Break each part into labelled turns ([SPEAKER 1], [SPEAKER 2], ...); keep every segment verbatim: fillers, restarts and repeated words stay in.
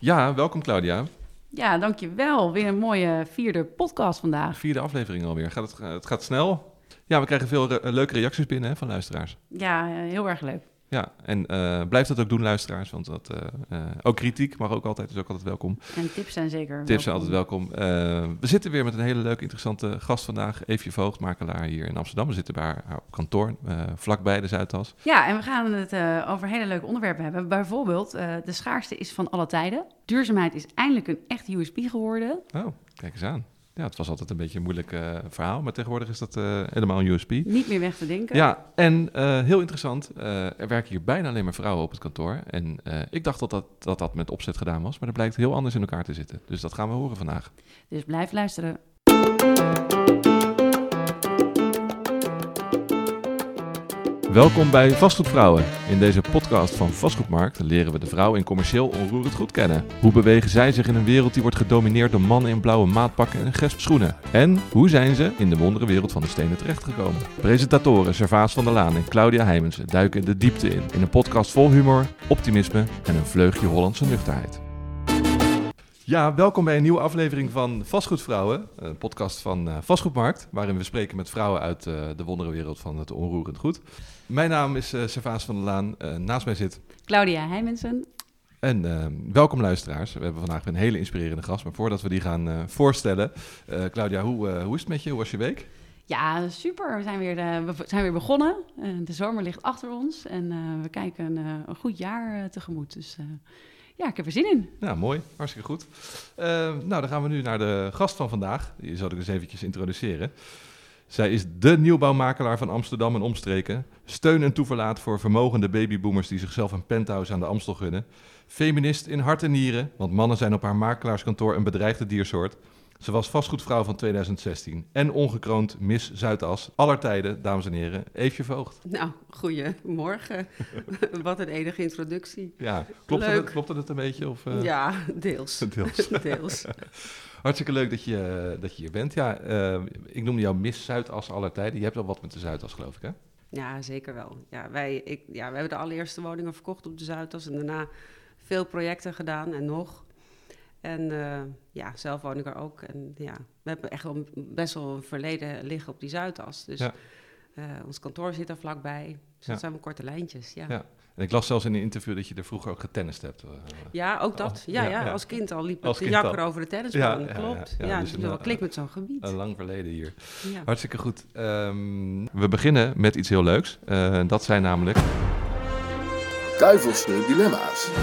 [SPEAKER 1] Ja, welkom Claudia.
[SPEAKER 2] Ja, dankjewel. Weer een mooie vierde podcast vandaag.
[SPEAKER 1] Vierde aflevering alweer. Gaat het, het gaat snel. Ja, we krijgen veel re- leuke reacties binnen hè, van luisteraars.
[SPEAKER 2] Ja, heel erg leuk.
[SPEAKER 1] Ja, en uh, blijf dat ook doen, luisteraars. Want dat, uh, uh, ook kritiek mag ook altijd, is ook altijd welkom.
[SPEAKER 2] En tips zijn zeker welkom.
[SPEAKER 1] Tips zijn altijd welkom. Uh, we zitten weer met een hele leuke, interessante gast vandaag. Eefje Voogd, makelaar hier in Amsterdam. We zitten bij haar, haar op kantoor, uh, vlakbij de Zuidas.
[SPEAKER 2] Ja, en we gaan het uh, over hele leuke onderwerpen hebben. Bijvoorbeeld, uh, de schaarste is van alle tijden. Duurzaamheid is eindelijk een echt U S P geworden.
[SPEAKER 1] Oh, kijk eens aan. Ja, het was altijd een beetje een moeilijk uh, verhaal, maar tegenwoordig is dat uh, helemaal een U S P.
[SPEAKER 2] Niet meer weg te denken.
[SPEAKER 1] Ja, en uh, heel interessant, uh, er werken hier bijna alleen maar vrouwen op het kantoor. En uh, ik dacht dat dat, dat dat met opzet gedaan was, maar dat blijkt heel anders in elkaar te zitten. Dus dat gaan we horen vandaag.
[SPEAKER 2] Dus blijf luisteren.
[SPEAKER 1] Welkom bij Vastgoedvrouwen. In deze podcast van Vastgoedmarkt leren we de vrouw in commercieel onroerend goed kennen. Hoe bewegen zij zich in een wereld die wordt gedomineerd door mannen in blauwe maatpakken en gesp schoenen? En hoe zijn ze in de wonderenwereld van de stenen terechtgekomen? Presentatoren Servaas van der Laan en Claudia Heimensen duiken de diepte in. In een podcast vol humor, optimisme en een vleugje Hollandse nuchterheid. Ja, welkom bij een nieuwe aflevering van Vastgoedvrouwen, een podcast van uh, Vastgoedmarkt, waarin we spreken met vrouwen uit uh, de wonderenwereld van het onroerend goed. Mijn naam is uh, Servaas van der Laan, uh, naast mij zit
[SPEAKER 2] Claudia Heimensen.
[SPEAKER 1] En uh, welkom luisteraars, we hebben vandaag een hele inspirerende gast, maar voordat we die gaan uh, voorstellen, uh, Claudia, hoe, uh, hoe is het met je, hoe was je week?
[SPEAKER 2] Ja, super. We zijn weer, uh, we zijn weer begonnen. Uh, de zomer ligt achter ons en uh, we kijken uh, een goed jaar uh, tegemoet, dus... Uh, Ja, ik heb er zin in.
[SPEAKER 1] Ja, mooi. Hartstikke goed. Uh, nou, dan gaan we nu naar de gast van vandaag. Die zal ik eens eventjes introduceren. Zij is de nieuwbouwmakelaar van Amsterdam en omstreken. Steun en toeverlaat voor vermogende babyboomers die zichzelf een penthouse aan de Amstel gunnen. Feminist in hart en nieren, want mannen zijn op haar makelaarskantoor een bedreigde diersoort. Ze was vastgoedvrouw van tweeduizend zestien en ongekroond Miss Zuidas. Aller tijden, dames en heren, Eefje Voogd.
[SPEAKER 3] Nou, goedemorgen. Wat een enige introductie.
[SPEAKER 1] Ja, klopte het, klopte het een beetje? Of, uh...
[SPEAKER 3] Ja, deels.
[SPEAKER 1] deels.
[SPEAKER 3] deels.
[SPEAKER 1] Hartstikke leuk dat je, dat je hier bent. Ja, uh, ik noemde jou Miss Zuidas aller tijden. Je hebt wel wat met de Zuidas, geloof ik, hè?
[SPEAKER 3] Ja, zeker wel. Ja, wij, ik, ja, we hebben de allereerste woningen verkocht op de Zuidas en daarna veel projecten gedaan en nog... En uh, ja, zelf woon ik er ook. En ja, we hebben echt wel best wel een verleden liggen op die Zuidas. Dus ja. uh, ons kantoor zit er vlakbij. Dus ja. dat zijn wel korte lijntjes, ja.
[SPEAKER 1] ja. En ik las zelfs in een interview dat je er vroeger ook getennist hebt. Uh,
[SPEAKER 3] ja, ook dat. Ja, ja, ja, ja. Als kind al liep
[SPEAKER 1] als
[SPEAKER 3] de jakker al. over de tennisbaan.
[SPEAKER 1] Ja, ja,
[SPEAKER 3] klopt. Ja,
[SPEAKER 1] ja, ja,
[SPEAKER 3] dus
[SPEAKER 1] dus
[SPEAKER 3] wel klik met zo'n gebied.
[SPEAKER 1] Een lang verleden hier.
[SPEAKER 3] Ja.
[SPEAKER 1] Hartstikke goed. Um, we beginnen met iets heel leuks. Uh, dat zijn namelijk...
[SPEAKER 4] Duivelse dilemma's.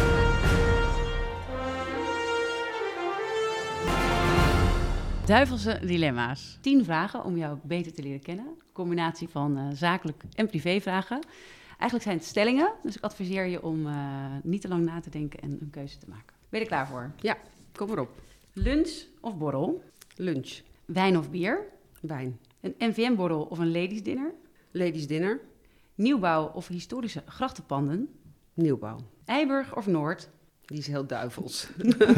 [SPEAKER 2] Duivelse dilemma's. Tien vragen om jou beter te leren kennen. Een combinatie van uh, zakelijk en privévragen. Eigenlijk zijn het stellingen, dus ik adviseer je om uh, niet te lang na te denken en een keuze te maken. Ben je er klaar voor?
[SPEAKER 3] Ja, kom erop.
[SPEAKER 2] Lunch of borrel?
[SPEAKER 3] Lunch.
[SPEAKER 2] Wijn of bier?
[SPEAKER 3] Wijn.
[SPEAKER 2] Een N V M-borrel of een ladies dinner?
[SPEAKER 3] Ladies dinner.
[SPEAKER 2] Nieuwbouw of historische grachtenpanden?
[SPEAKER 3] Nieuwbouw.
[SPEAKER 2] Eiburg of Noord?
[SPEAKER 3] Die is heel duivels.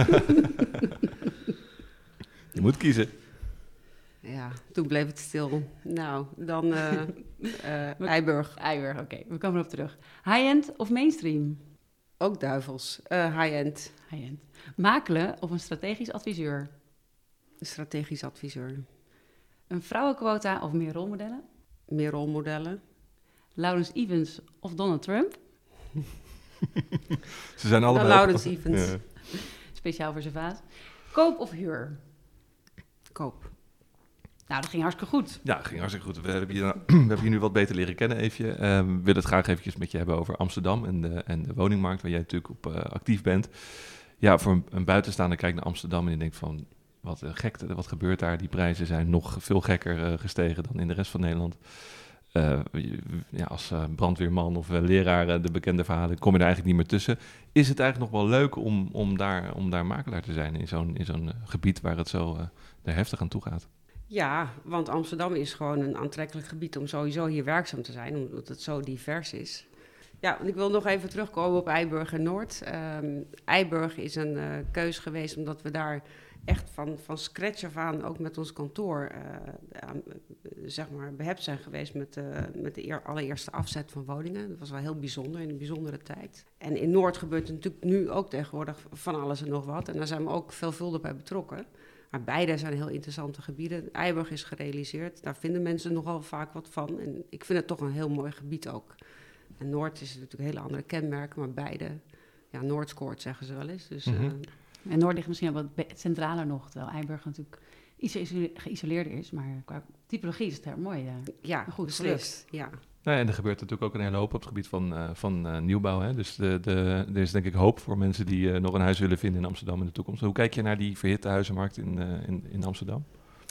[SPEAKER 1] Je moet kiezen.
[SPEAKER 3] Ja, toen bleef het stil. Nou, dan uh, uh, Eiburg.
[SPEAKER 2] Eiburg, oké. Okay. We komen erop terug. High-end of mainstream?
[SPEAKER 3] Ook duivels. Uh, high-end.
[SPEAKER 2] High-end. Makelen of een strategisch adviseur?
[SPEAKER 3] Een strategisch adviseur.
[SPEAKER 2] Een vrouwenquota of meer rolmodellen?
[SPEAKER 3] Meer rolmodellen.
[SPEAKER 2] Lawrence Evans of Donald Trump?
[SPEAKER 1] Ze zijn allebei...
[SPEAKER 3] Nou, Lawrence Evans. Ja.
[SPEAKER 2] Speciaal voor zijn vaat. Koop of huur?
[SPEAKER 3] Koop.
[SPEAKER 2] Nou, dat ging hartstikke goed.
[SPEAKER 1] Ja, dat ging hartstikke goed. We hebben je, we hebben je nu wat beter leren kennen, Eefje. Uh, we willen het graag eventjes met je hebben over Amsterdam en de, en de woningmarkt, waar jij natuurlijk op uh, actief bent. Ja, voor een, een buitenstaander kijkt naar Amsterdam en die denkt van, wat uh, gek, wat gebeurt daar? Die prijzen zijn nog veel gekker uh, gestegen dan in de rest van Nederland. Uh, ja, als uh, brandweerman of uh, leraar, uh, de bekende verhalen, kom je er eigenlijk niet meer tussen. Is het eigenlijk nog wel leuk om, om, daar, om daar makelaar te zijn in zo'n, in zo'n uh, gebied waar het zo uh, er heftig aan toe gaat?
[SPEAKER 3] Ja, want Amsterdam is gewoon een aantrekkelijk gebied om sowieso hier werkzaam te zijn, omdat het zo divers is. Ja, ik wil nog even terugkomen op Eiburg en Noord. Um, Eiburg is een uh, keus geweest omdat we daar echt van, van scratch af aan, ook met ons kantoor, uh, aan, uh, zeg maar behept zijn geweest met, uh, met de eer, allereerste afzet van woningen. Dat was wel heel bijzonder, in een bijzondere tijd. En in Noord gebeurt er natuurlijk nu ook tegenwoordig van alles en nog wat. En daar zijn we ook veelvuldig bij betrokken. Maar beide zijn heel interessante gebieden. Eiburg is gerealiseerd, daar vinden mensen nogal vaak wat van. En ik vind het toch een heel mooi gebied ook. En Noord is natuurlijk hele andere kenmerken, maar beide, ja, Noord scoort zeggen ze wel eens. Dus,
[SPEAKER 1] Mm-hmm.
[SPEAKER 3] uh,
[SPEAKER 2] En Noord ligt misschien wel wat centraler nog, terwijl Eiburg natuurlijk iets geïsoleerder is. Maar qua typologie is het heel mooi. Ja,
[SPEAKER 3] ja
[SPEAKER 2] goed
[SPEAKER 3] beslist. Ja.
[SPEAKER 1] Nou, en er gebeurt natuurlijk ook een hele hoop op het gebied van, uh, van uh, nieuwbouw. Hè? Dus de, de, er is denk ik hoop voor mensen die uh, nog een huis willen vinden in Amsterdam in de toekomst. Hoe kijk je naar die verhitte huizenmarkt in, uh, in, in Amsterdam?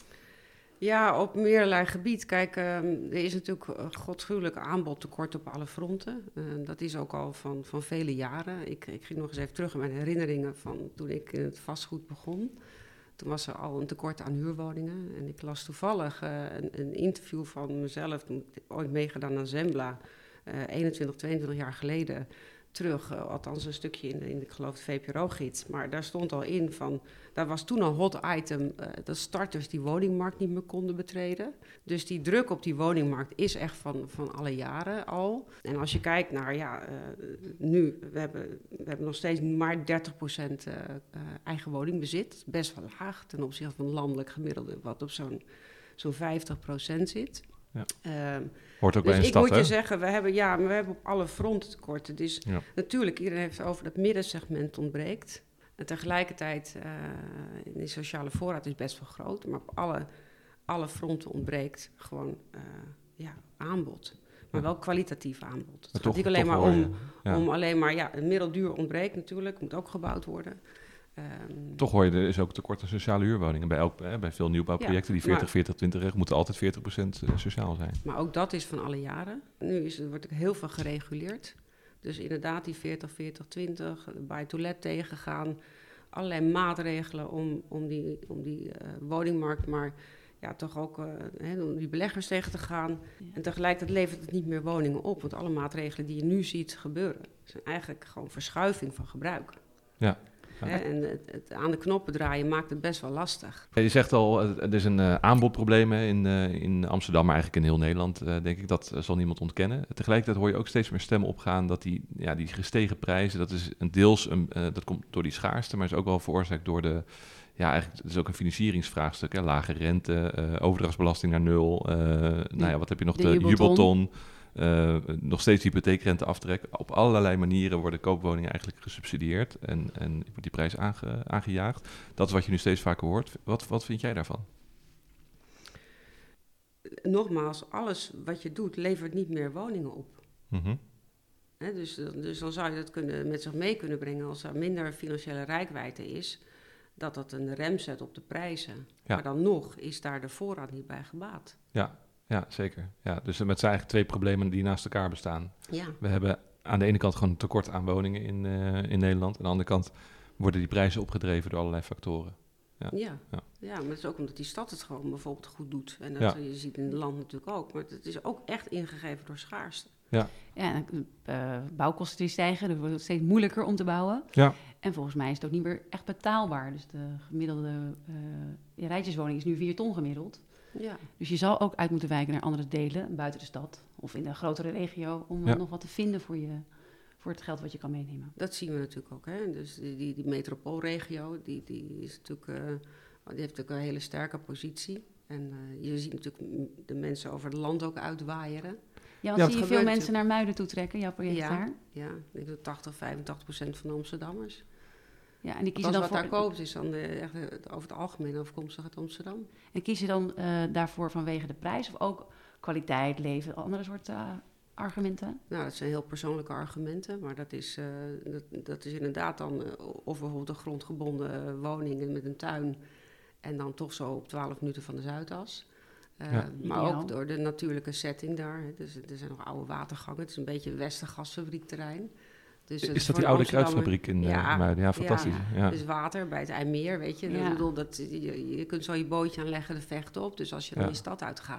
[SPEAKER 3] Ja, op meerlei gebied. Kijk, uh, er is natuurlijk godschuwelijk aanbodtekort op alle fronten. Uh, dat is ook al van, van vele jaren. Ik, ik ging nog eens even terug in mijn herinneringen van toen ik in het vastgoed begon. Toen was er al een tekort aan huurwoningen. En ik las toevallig uh, een, een interview van mezelf, toen ik ooit meegedaan aan Zembla, uh, eenentwintig, tweeëntwintig jaar geleden terug. Uh, althans een stukje in, in ik geloof, de V P R O-gids. Maar daar stond al in van, daar was toen een hot item, uh, dat starters die woningmarkt niet meer konden betreden. Dus die druk op die woningmarkt is echt van, van alle jaren al. En als je kijkt naar, ja, uh, nu, we hebben, we hebben nog steeds maar dertig procent uh, uh, eigen woningbezit. Best wel laag ten opzichte van het landelijk gemiddelde, wat op zo'n, zo'n vijftig procent zit.
[SPEAKER 1] Ja.
[SPEAKER 3] Um,
[SPEAKER 1] Hoort ook
[SPEAKER 3] dus
[SPEAKER 1] bij een
[SPEAKER 3] ik
[SPEAKER 1] stad,
[SPEAKER 3] moet
[SPEAKER 1] hè?
[SPEAKER 3] je zeggen, we hebben, ja, maar we hebben op alle fronten tekorten. Dus
[SPEAKER 1] Ja.
[SPEAKER 3] natuurlijk, iedereen heeft het over dat middensegment ontbreekt. En tegelijkertijd, uh, die sociale voorraad is best wel groot. Maar op alle, alle fronten ontbreekt gewoon uh, ja, aanbod. Maar
[SPEAKER 1] Ja.
[SPEAKER 3] wel kwalitatief aanbod. Het
[SPEAKER 1] Maar
[SPEAKER 3] gaat
[SPEAKER 1] toch-
[SPEAKER 3] niet alleen
[SPEAKER 1] toch
[SPEAKER 3] maar
[SPEAKER 1] hoor
[SPEAKER 3] om,
[SPEAKER 1] je, ja.
[SPEAKER 3] om alleen maar, ja, een middelduur ontbreekt natuurlijk. Moet ook gebouwd worden. Um,
[SPEAKER 1] Toch hoor je, er is ook tekort aan sociale huurwoningen. Bij, elk, hè, bij veel nieuwbouwprojecten, die veertig,
[SPEAKER 3] maar-
[SPEAKER 1] veertig, twintig recht, moeten altijd veertig procent sociaal zijn.
[SPEAKER 3] Maar ook dat is van alle jaren. Nu is, er wordt ook heel veel gereguleerd. Dus inderdaad die veertig, veertig, twintig, buy-to-let tegengaan. Allerlei maatregelen om, om die, om die uh, woningmarkt, maar ja, toch ook uh, hè, om die beleggers tegen te gaan.
[SPEAKER 2] Ja.
[SPEAKER 3] En tegelijkertijd levert het niet meer woningen op. Want alle maatregelen die je nu ziet gebeuren, zijn eigenlijk gewoon verschuiving van gebruik.
[SPEAKER 1] Ja.
[SPEAKER 3] Ja. Hè, en het, het aan de knoppen draaien maakt het best wel lastig.
[SPEAKER 1] Ja, je zegt al, uh, er is een uh, aanbodprobleem hè, in, uh, in Amsterdam, maar eigenlijk in heel Nederland, uh, denk ik. Dat uh, zal niemand ontkennen. Tegelijkertijd hoor je ook steeds meer stemmen opgaan dat die, ja, die gestegen prijzen, dat is een deels, een, uh, dat komt door die schaarste, maar is ook wel veroorzaakt door de, ja, eigenlijk, het is ook een financieringsvraagstuk, hè, lage rente, uh, overdrachtsbelasting naar nul, uh, nou ja, wat heb je nog,
[SPEAKER 2] de
[SPEAKER 1] de,
[SPEAKER 2] jubelton.
[SPEAKER 1] jubelton. Uh, nog steeds hypotheekrenteaftrek. Op allerlei manieren worden koopwoningen eigenlijk gesubsidieerd en, en wordt die prijs aange, aangejaagd. Dat is wat je nu steeds vaker hoort. Wat, wat vind jij daarvan?
[SPEAKER 3] Nogmaals, alles wat je doet levert niet meer woningen op.
[SPEAKER 1] Mm-hmm.
[SPEAKER 3] He, dus, dus dan zou je dat kunnen, met zich mee kunnen brengen als er minder financiële reikwijdte is, dat dat een rem zet op de prijzen.
[SPEAKER 1] Ja.
[SPEAKER 3] Maar dan nog is daar de voorraad niet bij gebaat.
[SPEAKER 1] Ja, ja, zeker. Ja, dus met zijn eigenlijk twee problemen die naast elkaar bestaan.
[SPEAKER 3] Ja.
[SPEAKER 1] We hebben aan de ene kant gewoon een tekort aan woningen in, uh, in Nederland. Aan de andere kant worden die prijzen opgedreven door allerlei factoren. Ja.
[SPEAKER 3] Ja.
[SPEAKER 1] Ja.
[SPEAKER 3] Ja, maar het is ook omdat die stad het gewoon bijvoorbeeld goed doet. En dat
[SPEAKER 1] Ja.
[SPEAKER 3] je ziet in het land natuurlijk ook. Maar het is ook echt ingegeven door schaarste.
[SPEAKER 2] Ja, en, uh, bouwkosten die stijgen, er wordt het steeds moeilijker om te bouwen.
[SPEAKER 1] Ja.
[SPEAKER 2] En volgens mij is het ook niet meer echt betaalbaar. Dus de gemiddelde uh, rijtjeswoning is nu vier ton gemiddeld.
[SPEAKER 3] Ja.
[SPEAKER 2] Dus je zal ook uit moeten wijken naar andere delen, buiten de stad of in een grotere regio, om
[SPEAKER 1] Ja.
[SPEAKER 2] nog wat te vinden voor, je, voor het geld wat je kan meenemen.
[SPEAKER 3] Dat zien we natuurlijk ook. Hè? Dus die, die, die metropoolregio, die, die, is natuurlijk, uh, die heeft natuurlijk een hele sterke positie. En uh, je ziet natuurlijk de mensen over het land ook uitwaaieren.
[SPEAKER 2] Ja, want
[SPEAKER 1] Ja,
[SPEAKER 2] zie je
[SPEAKER 3] het
[SPEAKER 2] veel
[SPEAKER 3] gebeurt
[SPEAKER 2] mensen naar Muiden toe trekken, jouw project
[SPEAKER 3] Ja.
[SPEAKER 2] daar?
[SPEAKER 3] Ja, ik denk dat tachtig, vijfentachtig procent van de Amsterdammers.
[SPEAKER 2] Ja, en die
[SPEAKER 3] Als
[SPEAKER 2] kiezen dan
[SPEAKER 3] wat
[SPEAKER 2] voor,
[SPEAKER 3] daar koopt is dan de, echt, uh, over het algemeen afkomstig uit Amsterdam.
[SPEAKER 2] En kies je dan uh, daarvoor vanwege de prijs of ook kwaliteit, leven, andere soorten uh, argumenten?
[SPEAKER 3] Nou, dat zijn heel persoonlijke argumenten, maar dat is, uh, dat, dat is inderdaad dan, uh, of bijvoorbeeld een grondgebonden uh, woning met een tuin en dan toch zo op twaalf minuten van de Zuidas. Uh,
[SPEAKER 1] Ja.
[SPEAKER 3] maar
[SPEAKER 2] Ideaal.
[SPEAKER 3] ook door de natuurlijke setting daar. Hè. Dus, er zijn nog oude watergangen, het is een beetje een Westergasfabriekterrein. Dus
[SPEAKER 1] Is
[SPEAKER 3] het
[SPEAKER 1] dat
[SPEAKER 3] voor
[SPEAKER 1] die
[SPEAKER 3] de
[SPEAKER 1] oude
[SPEAKER 3] Amsterdammer-
[SPEAKER 1] kruidfabriek in uh,
[SPEAKER 3] Ja,
[SPEAKER 1] Muiden? Ja, fantastisch. Ja. Ja.
[SPEAKER 3] Dus water bij het IJmeer, weet je.
[SPEAKER 2] Ja.
[SPEAKER 3] Ik bedoel, dat, je, je kunt zo je bootje aanleggen, de vecht op. Dus als je dan
[SPEAKER 1] Ja.
[SPEAKER 3] je stad uitgaat,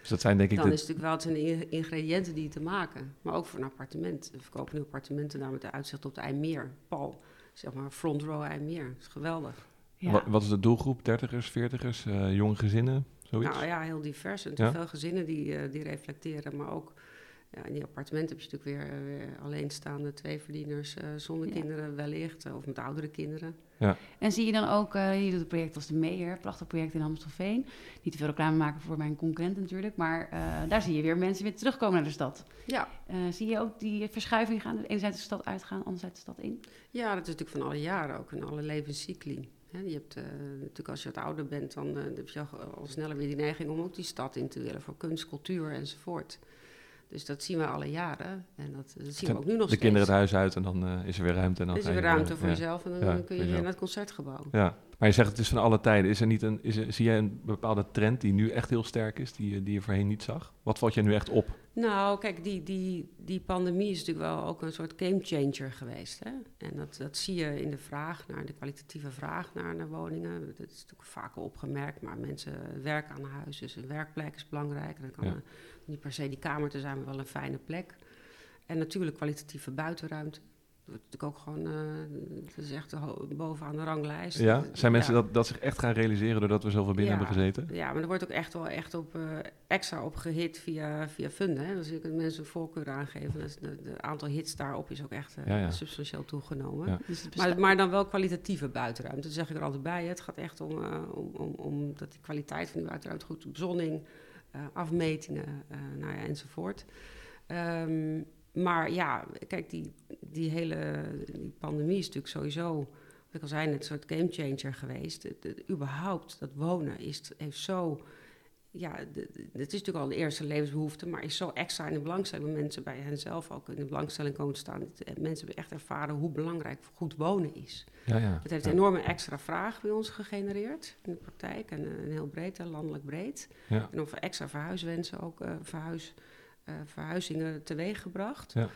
[SPEAKER 1] Dus dat zijn denk ik...
[SPEAKER 3] Dan
[SPEAKER 1] de...
[SPEAKER 3] is het natuurlijk wel het zijn ingrediënten die te maken. Maar ook voor een appartement. We verkopen nu appartementen daar met de uitzicht op de IJmeer. Pal, zeg maar front row IJmeer. Dat is geweldig.
[SPEAKER 1] Ja. Wat, wat is de doelgroep? dertigers, veertigers, uh, jonge gezinnen? Zoiets?
[SPEAKER 3] Nou ja, heel divers. En
[SPEAKER 1] ja?
[SPEAKER 3] veel gezinnen die, uh, die reflecteren. Maar ook ja, in die appartementen heb je natuurlijk weer, uh, weer alleenstaande tweeverdieners uh, zonder ja. kinderen wellicht. Uh, of met oudere kinderen.
[SPEAKER 1] Ja.
[SPEAKER 2] En zie je dan ook, uh, je doet een project als de Meeër, prachtig project in Amstelveen. Niet te veel reclame maken voor mijn concurrent natuurlijk, maar uh, daar zie je weer mensen weer terugkomen naar de stad.
[SPEAKER 3] Ja.
[SPEAKER 2] Uh, zie je ook die verschuiving gaan, enerzijds de stad uitgaan, anderzijds de stad in?
[SPEAKER 3] Ja, dat is natuurlijk van alle jaren ook, in alle levenscycli. He, je hebt uh, natuurlijk als je wat ouder bent, dan uh, heb je al, al sneller weer die neiging om ook die stad in te willen voor kunst, cultuur enzovoort. Dus dat zien we alle jaren. En dat, dat zien we ook nu nog
[SPEAKER 1] de
[SPEAKER 3] steeds.
[SPEAKER 1] De kinderen het huis uit en dan uh, is er weer ruimte. En dan
[SPEAKER 3] is er weer
[SPEAKER 1] je,
[SPEAKER 3] ruimte
[SPEAKER 1] uh,
[SPEAKER 3] voor
[SPEAKER 1] ja.
[SPEAKER 3] jezelf en dan
[SPEAKER 1] ja,
[SPEAKER 3] kun je weer naar het concertgebouw.
[SPEAKER 1] Ja, maar je zegt het is van alle tijden. Is er niet een, is er, zie jij een bepaalde trend die nu echt heel sterk is, die, die je voorheen niet zag? Wat valt jij nu echt op?
[SPEAKER 3] Nou, kijk, die, die, die pandemie is natuurlijk wel ook een soort gamechanger geweest. Hè? En dat, dat zie je in de vraag naar, de kwalitatieve vraag naar, naar woningen. Dat is natuurlijk vaker opgemerkt, maar mensen werken aan huis, dus een werkplek is belangrijk. Dan kan ja. er niet per se die kamer te zijn, maar wel een fijne plek. En natuurlijk kwalitatieve buitenruimte. Dat wordt natuurlijk ook gewoon, uh, dat is echt ho- bovenaan de ranglijst.
[SPEAKER 1] Ja, zijn mensen
[SPEAKER 3] ja.
[SPEAKER 1] dat, dat zich echt gaan realiseren doordat we zoveel binnen
[SPEAKER 3] ja,
[SPEAKER 1] hebben gezeten?
[SPEAKER 3] Ja, maar er wordt ook echt wel echt op, uh, extra op gehit via, via funden. Hè. Dus ik kan mensen een voorkeur aangeven. Dus het aantal hits daarop is ook echt uh, ja, ja. substantieel toegenomen. Ja. Dus maar, maar dan wel kwalitatieve buitenruimte. Dat zeg ik er altijd bij. Hè. Het gaat echt om, uh, om, om, om dat die kwaliteit van die buitenruimte goed, bezonning, uh, afmetingen, uh, nou ja, enzovoort. Um, Maar ja, kijk, die, die hele die pandemie is natuurlijk sowieso, wat ik al zei, net een soort gamechanger geweest. Het, het, überhaupt, dat wonen is, heeft zo, ja, het is natuurlijk al een eerste levensbehoefte, maar is zo extra in de belangstelling, waar mensen bij hen zelf ook in de belangstelling komen te staan. Het, mensen hebben echt ervaren hoe belangrijk goed wonen is.
[SPEAKER 1] Ja, ja,
[SPEAKER 3] het heeft
[SPEAKER 1] ja.
[SPEAKER 3] een enorme extra vraag bij ons gegenereerd in de praktijk en, en heel breed, landelijk breed.
[SPEAKER 1] Ja.
[SPEAKER 3] En over extra verhuiswensen ook, uh, verhuis... Uh, verhuizingen teweeggebracht.
[SPEAKER 1] Ja.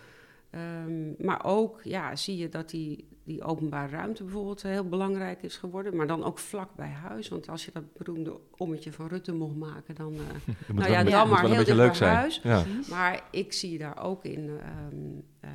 [SPEAKER 3] Um, maar ook ja, zie je dat die, die openbare ruimte bijvoorbeeld heel belangrijk is geworden. Maar dan ook vlak bij huis. Want als je dat beroemde ommetje van Rutte mocht maken, dan, uh, nou ja, dan ja, maar heel dicht bij huis.
[SPEAKER 1] Ja.
[SPEAKER 3] Maar ik zie daar ook in um, uh,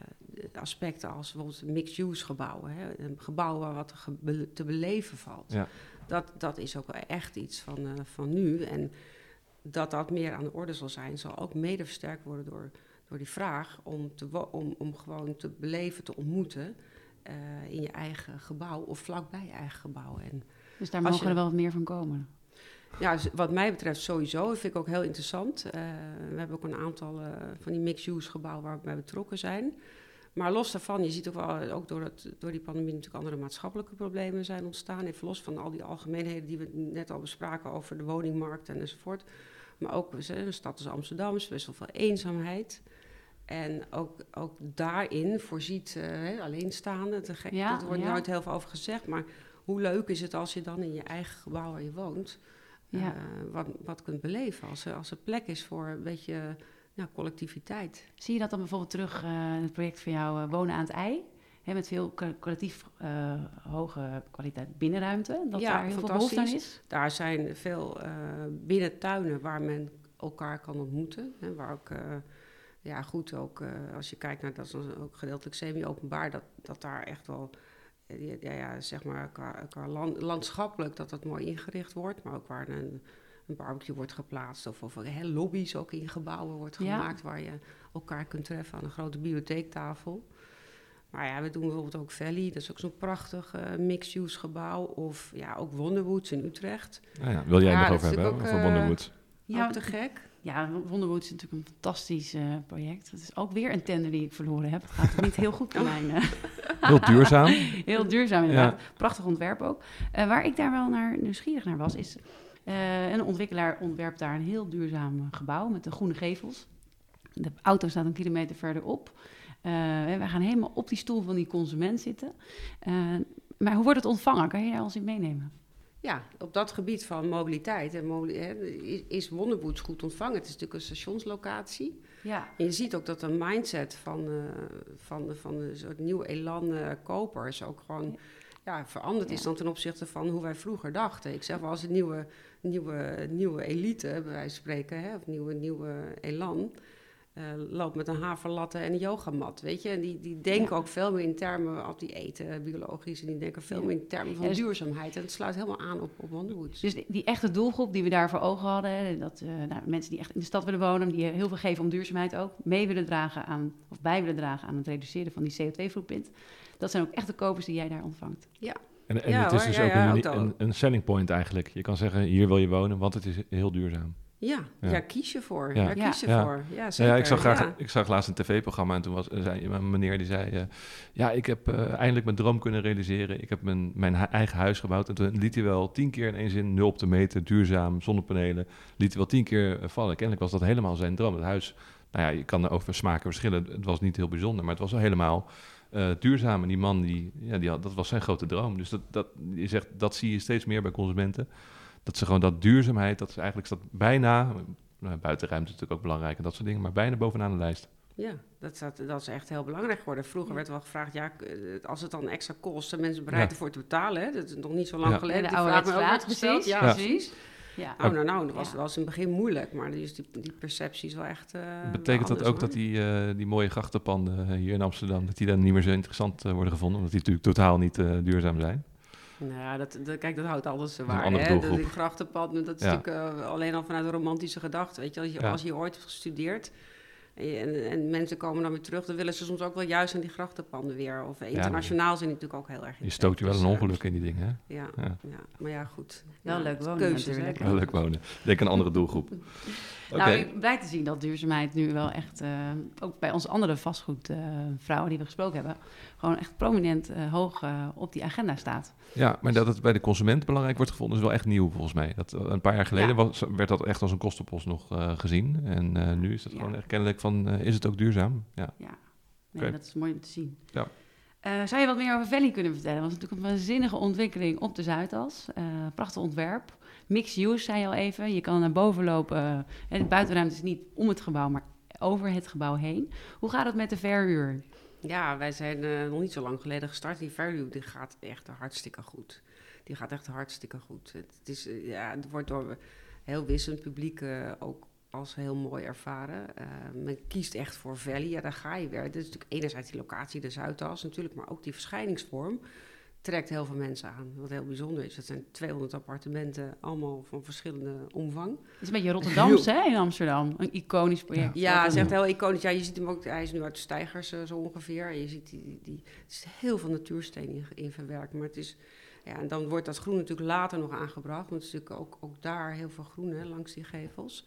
[SPEAKER 3] aspecten als bijvoorbeeld mixed-use gebouwen. Hè? Een gebouw waar wat ge- te beleven valt. Ja. Dat, dat is ook echt iets van, uh, van nu. En dat dat meer aan de orde zal zijn, zal ook mede versterkt worden door, door die vraag om, te wo- om, om gewoon te beleven, te ontmoeten uh, in je eigen gebouw of vlakbij je eigen gebouw. En
[SPEAKER 2] dus daar mogen je, er wel wat meer van komen?
[SPEAKER 3] Ja, wat mij betreft sowieso. Dat vind ik ook heel interessant. Uh, we hebben ook een aantal uh, van die mixed-use gebouwen waar we bij betrokken zijn. Maar los daarvan, je ziet ook wel, ook door, het, door die pandemie natuurlijk andere maatschappelijke problemen zijn ontstaan. Even los van al die algemeenheden die we net al bespraken over de woningmarkt en enzovoort. Maar ook een stad als Amsterdam is best wel veel eenzaamheid. En ook, ook daarin voorziet uh, alleenstaande, te gek, ja, er wordt ja. nooit heel veel over gezegd. Maar hoe leuk is het als je dan in je eigen gebouw waar je woont, ja. uh, wat, wat kunt beleven. Als er, als er plek is voor een beetje ja, collectiviteit.
[SPEAKER 2] Zie je dat dan bijvoorbeeld terug uh, in het project van jou uh, Wonen aan het IJ? He, met veel kwalitatief uh, hoge kwaliteit binnenruimte, dat
[SPEAKER 3] ja,
[SPEAKER 2] daar heel veel behoefte aan is?
[SPEAKER 3] Daar zijn veel uh, binnentuinen waar men elkaar kan ontmoeten. Hè, waar ook, uh, ja goed, ook uh, als je kijkt naar, dat is ook gedeeltelijk semi-openbaar, dat, dat daar echt wel, uh, ja, ja, zeg maar, qua, qua land, landschappelijk dat dat mooi ingericht wordt, maar ook waar een, een barbecue wordt geplaatst of, of hè, lobby's ook in gebouwen wordt gemaakt, ja. waar je elkaar kunt treffen aan een grote bibliotheektafel. Maar ja, we doen bijvoorbeeld ook Valley, dat is ook zo'n prachtig uh, mixed-use gebouw. Of ja, ook Wonderwoods in Utrecht.
[SPEAKER 1] Ah ja, wil jij
[SPEAKER 3] ja,
[SPEAKER 1] het nog over hebben,
[SPEAKER 3] ook,
[SPEAKER 1] over
[SPEAKER 3] uh,
[SPEAKER 1] Wonderwoods?
[SPEAKER 3] Ja, ook te gek.
[SPEAKER 2] Ja, Wonderwoods is natuurlijk een fantastisch uh, project. Het is ook weer een tender die ik verloren heb. Het gaat niet heel goed met mijn... Uh,
[SPEAKER 1] heel duurzaam.
[SPEAKER 2] Heel duurzaam inderdaad. Ja. Prachtig ontwerp ook. Uh, waar ik daar wel naar nieuwsgierig naar was, is... Uh, een ontwikkelaar ontwerpt daar een heel duurzaam gebouw met de groene gevels. De auto staat een kilometer verderop. Uh, we gaan helemaal op die stoel van die consument zitten. Uh, maar hoe wordt het ontvangen? Kan je daar eens in meenemen?
[SPEAKER 3] Ja, op dat gebied van mobiliteit en mobili- hè, is Wonderwoods goed ontvangen. Het is natuurlijk een stationslocatie.
[SPEAKER 2] Ja.
[SPEAKER 3] En je ziet ook dat de mindset van, uh, van, van een soort nieuw elan uh, kopers ook gewoon... ja, veranderd
[SPEAKER 2] Ja.
[SPEAKER 3] is dan ten opzichte van hoe wij vroeger dachten. Ik zeg wel, als een nieuwe, nieuwe, nieuwe elite, bij wijze van spreken, hè, of nieuwe, nieuwe elan, uh, loopt met een haverlatte en een yogamat, weet je. En die, die denken
[SPEAKER 2] Ja.
[SPEAKER 3] ook veel meer in termen, of die eten biologisch, en die denken veel
[SPEAKER 2] Ja.
[SPEAKER 3] meer in termen van
[SPEAKER 2] Ja, dus-
[SPEAKER 3] duurzaamheid. En het sluit helemaal aan op, op Wonderwoods.
[SPEAKER 2] Dus die, die echte doelgroep die we daar voor ogen hadden, hè, dat uh, nou, mensen die echt in de stad willen wonen, die heel veel geven om duurzaamheid ook, mee willen dragen aan, of bij willen dragen aan het reduceren van die C O twee footprint. Dat zijn ook echt de kopers die jij daar ontvangt.
[SPEAKER 3] Ja.
[SPEAKER 1] En, en
[SPEAKER 3] Ja,
[SPEAKER 1] het is
[SPEAKER 3] hoor,
[SPEAKER 1] dus
[SPEAKER 3] ja,
[SPEAKER 1] ook
[SPEAKER 3] ja,
[SPEAKER 1] een,
[SPEAKER 3] ook
[SPEAKER 1] uni-
[SPEAKER 3] dat.
[SPEAKER 1] een, een selling point eigenlijk. Je kan zeggen, hier wil je wonen, want het is heel duurzaam.
[SPEAKER 3] Ja,
[SPEAKER 1] Ja.
[SPEAKER 3] ja. kies je voor.
[SPEAKER 1] Ja.
[SPEAKER 3] Ja, kies je
[SPEAKER 1] Ja.
[SPEAKER 3] voor. Ja,
[SPEAKER 1] Nou
[SPEAKER 3] zeker.
[SPEAKER 1] ja, ik, zag graag,
[SPEAKER 3] Ja.
[SPEAKER 1] ik zag laatst een tv-programma en toen was zei, een meneer die zei... eh, ja, ik heb uh, eindelijk mijn droom kunnen realiseren. Ik heb mijn, mijn hu- eigen huis gebouwd. En toen liet hij wel tien keer in één zin, nul op de meter, duurzaam, zonnepanelen. Liet hij wel tien keer uh, vallen. Kennelijk was dat helemaal zijn droom. Het huis, nou ja, je kan er over smaken verschillen. Het was niet heel bijzonder, maar het was wel helemaal uh, duurzaam. En die man, die, ja, die had, dat was zijn grote droom. Dus dat, dat, je zegt, dat zie je steeds meer bij consumenten. Dat ze gewoon dat duurzaamheid, dat is eigenlijk staat bijna... Nou, buitenruimte is natuurlijk ook belangrijk en dat soort dingen, maar bijna bovenaan de lijst.
[SPEAKER 3] Ja, dat, dat, dat is echt heel belangrijk geworden. Vroeger werd wel gevraagd, ja, als het dan extra kost, zijn mensen bereid
[SPEAKER 1] Ja.
[SPEAKER 3] ervoor te betalen. Hè? Dat is nog niet zo lang
[SPEAKER 1] Ja.
[SPEAKER 3] geleden.
[SPEAKER 2] Ja, de
[SPEAKER 3] die vraag me ook
[SPEAKER 2] ouderwetse
[SPEAKER 3] werd
[SPEAKER 2] vraag,
[SPEAKER 3] gesteld.
[SPEAKER 2] precies.
[SPEAKER 3] Ja,
[SPEAKER 1] Ja.
[SPEAKER 3] precies.
[SPEAKER 2] Ja.
[SPEAKER 3] Nou, nou, nou, dat was,
[SPEAKER 2] Ja.
[SPEAKER 3] was in het begin moeilijk, maar dus die, die perceptie is wel echt uh,
[SPEAKER 1] Betekent dat
[SPEAKER 3] anders,
[SPEAKER 1] ook
[SPEAKER 3] hoor.
[SPEAKER 1] dat die, uh, die mooie grachtenpanden uh, hier in Amsterdam, dat die dan niet meer zo interessant uh, worden gevonden, omdat die natuurlijk totaal niet uh, duurzaam zijn?
[SPEAKER 3] Nou ja, dat, dat, kijk, dat houdt alles
[SPEAKER 1] een
[SPEAKER 3] waar.
[SPEAKER 1] andere
[SPEAKER 3] Hè?
[SPEAKER 1] doelgroep.
[SPEAKER 3] De, die grachtenpad, dat is
[SPEAKER 1] Ja.
[SPEAKER 3] natuurlijk uh, alleen al vanuit een romantische gedachte. Weet je, als je,
[SPEAKER 1] Ja.
[SPEAKER 3] als je ooit hebt gestudeerd en, je- en, en mensen komen dan weer terug, dan willen ze soms ook wel juist aan die grachtenpanden weer. Of internationaal zijn die natuurlijk ook heel erg.
[SPEAKER 1] Je stookt je wel een
[SPEAKER 3] Dus, uh,
[SPEAKER 1] ongeluk in die dingen, hè?
[SPEAKER 3] Ja,
[SPEAKER 1] Ja.
[SPEAKER 3] ja. Maar ja, goed.
[SPEAKER 2] Wel
[SPEAKER 3] Ja,
[SPEAKER 2] leuk wonen
[SPEAKER 3] keuzes,
[SPEAKER 2] natuurlijk.
[SPEAKER 3] hè.
[SPEAKER 1] Wel leuk wonen. Denk aan een andere doelgroep. Oké.
[SPEAKER 2] Nou, ik ben blij te zien dat duurzaamheid nu wel echt, uh, ook bij onze andere vastgoedvrouwen uh, die we gesproken hebben, gewoon echt prominent uh, hoog uh, op die agenda staat.
[SPEAKER 1] Ja, maar dat het bij de consument belangrijk wordt gevonden is wel echt nieuw volgens mij. Dat, uh, een paar jaar geleden
[SPEAKER 2] Ja.
[SPEAKER 1] was, werd dat echt als een kostenpost nog uh, gezien. En uh, nu is dat
[SPEAKER 2] Ja.
[SPEAKER 1] gewoon echt kennelijk van, uh, is het ook duurzaam? Ja.
[SPEAKER 2] Ja, nee,
[SPEAKER 1] Oké.
[SPEAKER 2] dat is mooi om te zien.
[SPEAKER 1] Ja.
[SPEAKER 2] Uh, zou je wat meer over Valley kunnen vertellen? Dat was natuurlijk een waanzinnige ontwikkeling op de Zuidas. Uh, prachtig ontwerp. Mixed use, zei je al even. Je kan naar boven lopen. Uh, de buitenruimte is niet om het gebouw, maar over het gebouw heen. Hoe gaat het met de verhuur?
[SPEAKER 3] Ja, wij zijn uh, nog niet zo lang geleden gestart. Die verhuur die gaat echt hartstikke goed. Die gaat echt hartstikke goed. Het, het, is, uh, ja, het wordt door heel wisselend publiek uh, ook als heel mooi ervaren. Uh, men kiest echt voor Valley. Ja, daar ga je weer. Dit is natuurlijk enerzijds die locatie, de Zuidas natuurlijk, maar ook die verschijningsvorm trekt heel veel mensen aan. Wat heel bijzonder is, dat zijn tweehonderd appartementen, allemaal van verschillende omvang.
[SPEAKER 2] Het is een beetje Rotterdams, hè, in Amsterdam. Een iconisch project.
[SPEAKER 3] Ja,
[SPEAKER 2] Wat
[SPEAKER 3] het is
[SPEAKER 2] een-
[SPEAKER 3] echt heel iconisch. Ja, je ziet hem ook, hij is nu uit de steigers uh, zo ongeveer. En je ziet die, die, die, er is heel veel natuursteen in, in verwerkt. Maar het is, ja, en dan wordt dat groen natuurlijk later nog aangebracht. Want het is natuurlijk ook, ook daar heel veel groen, hè, langs die gevels.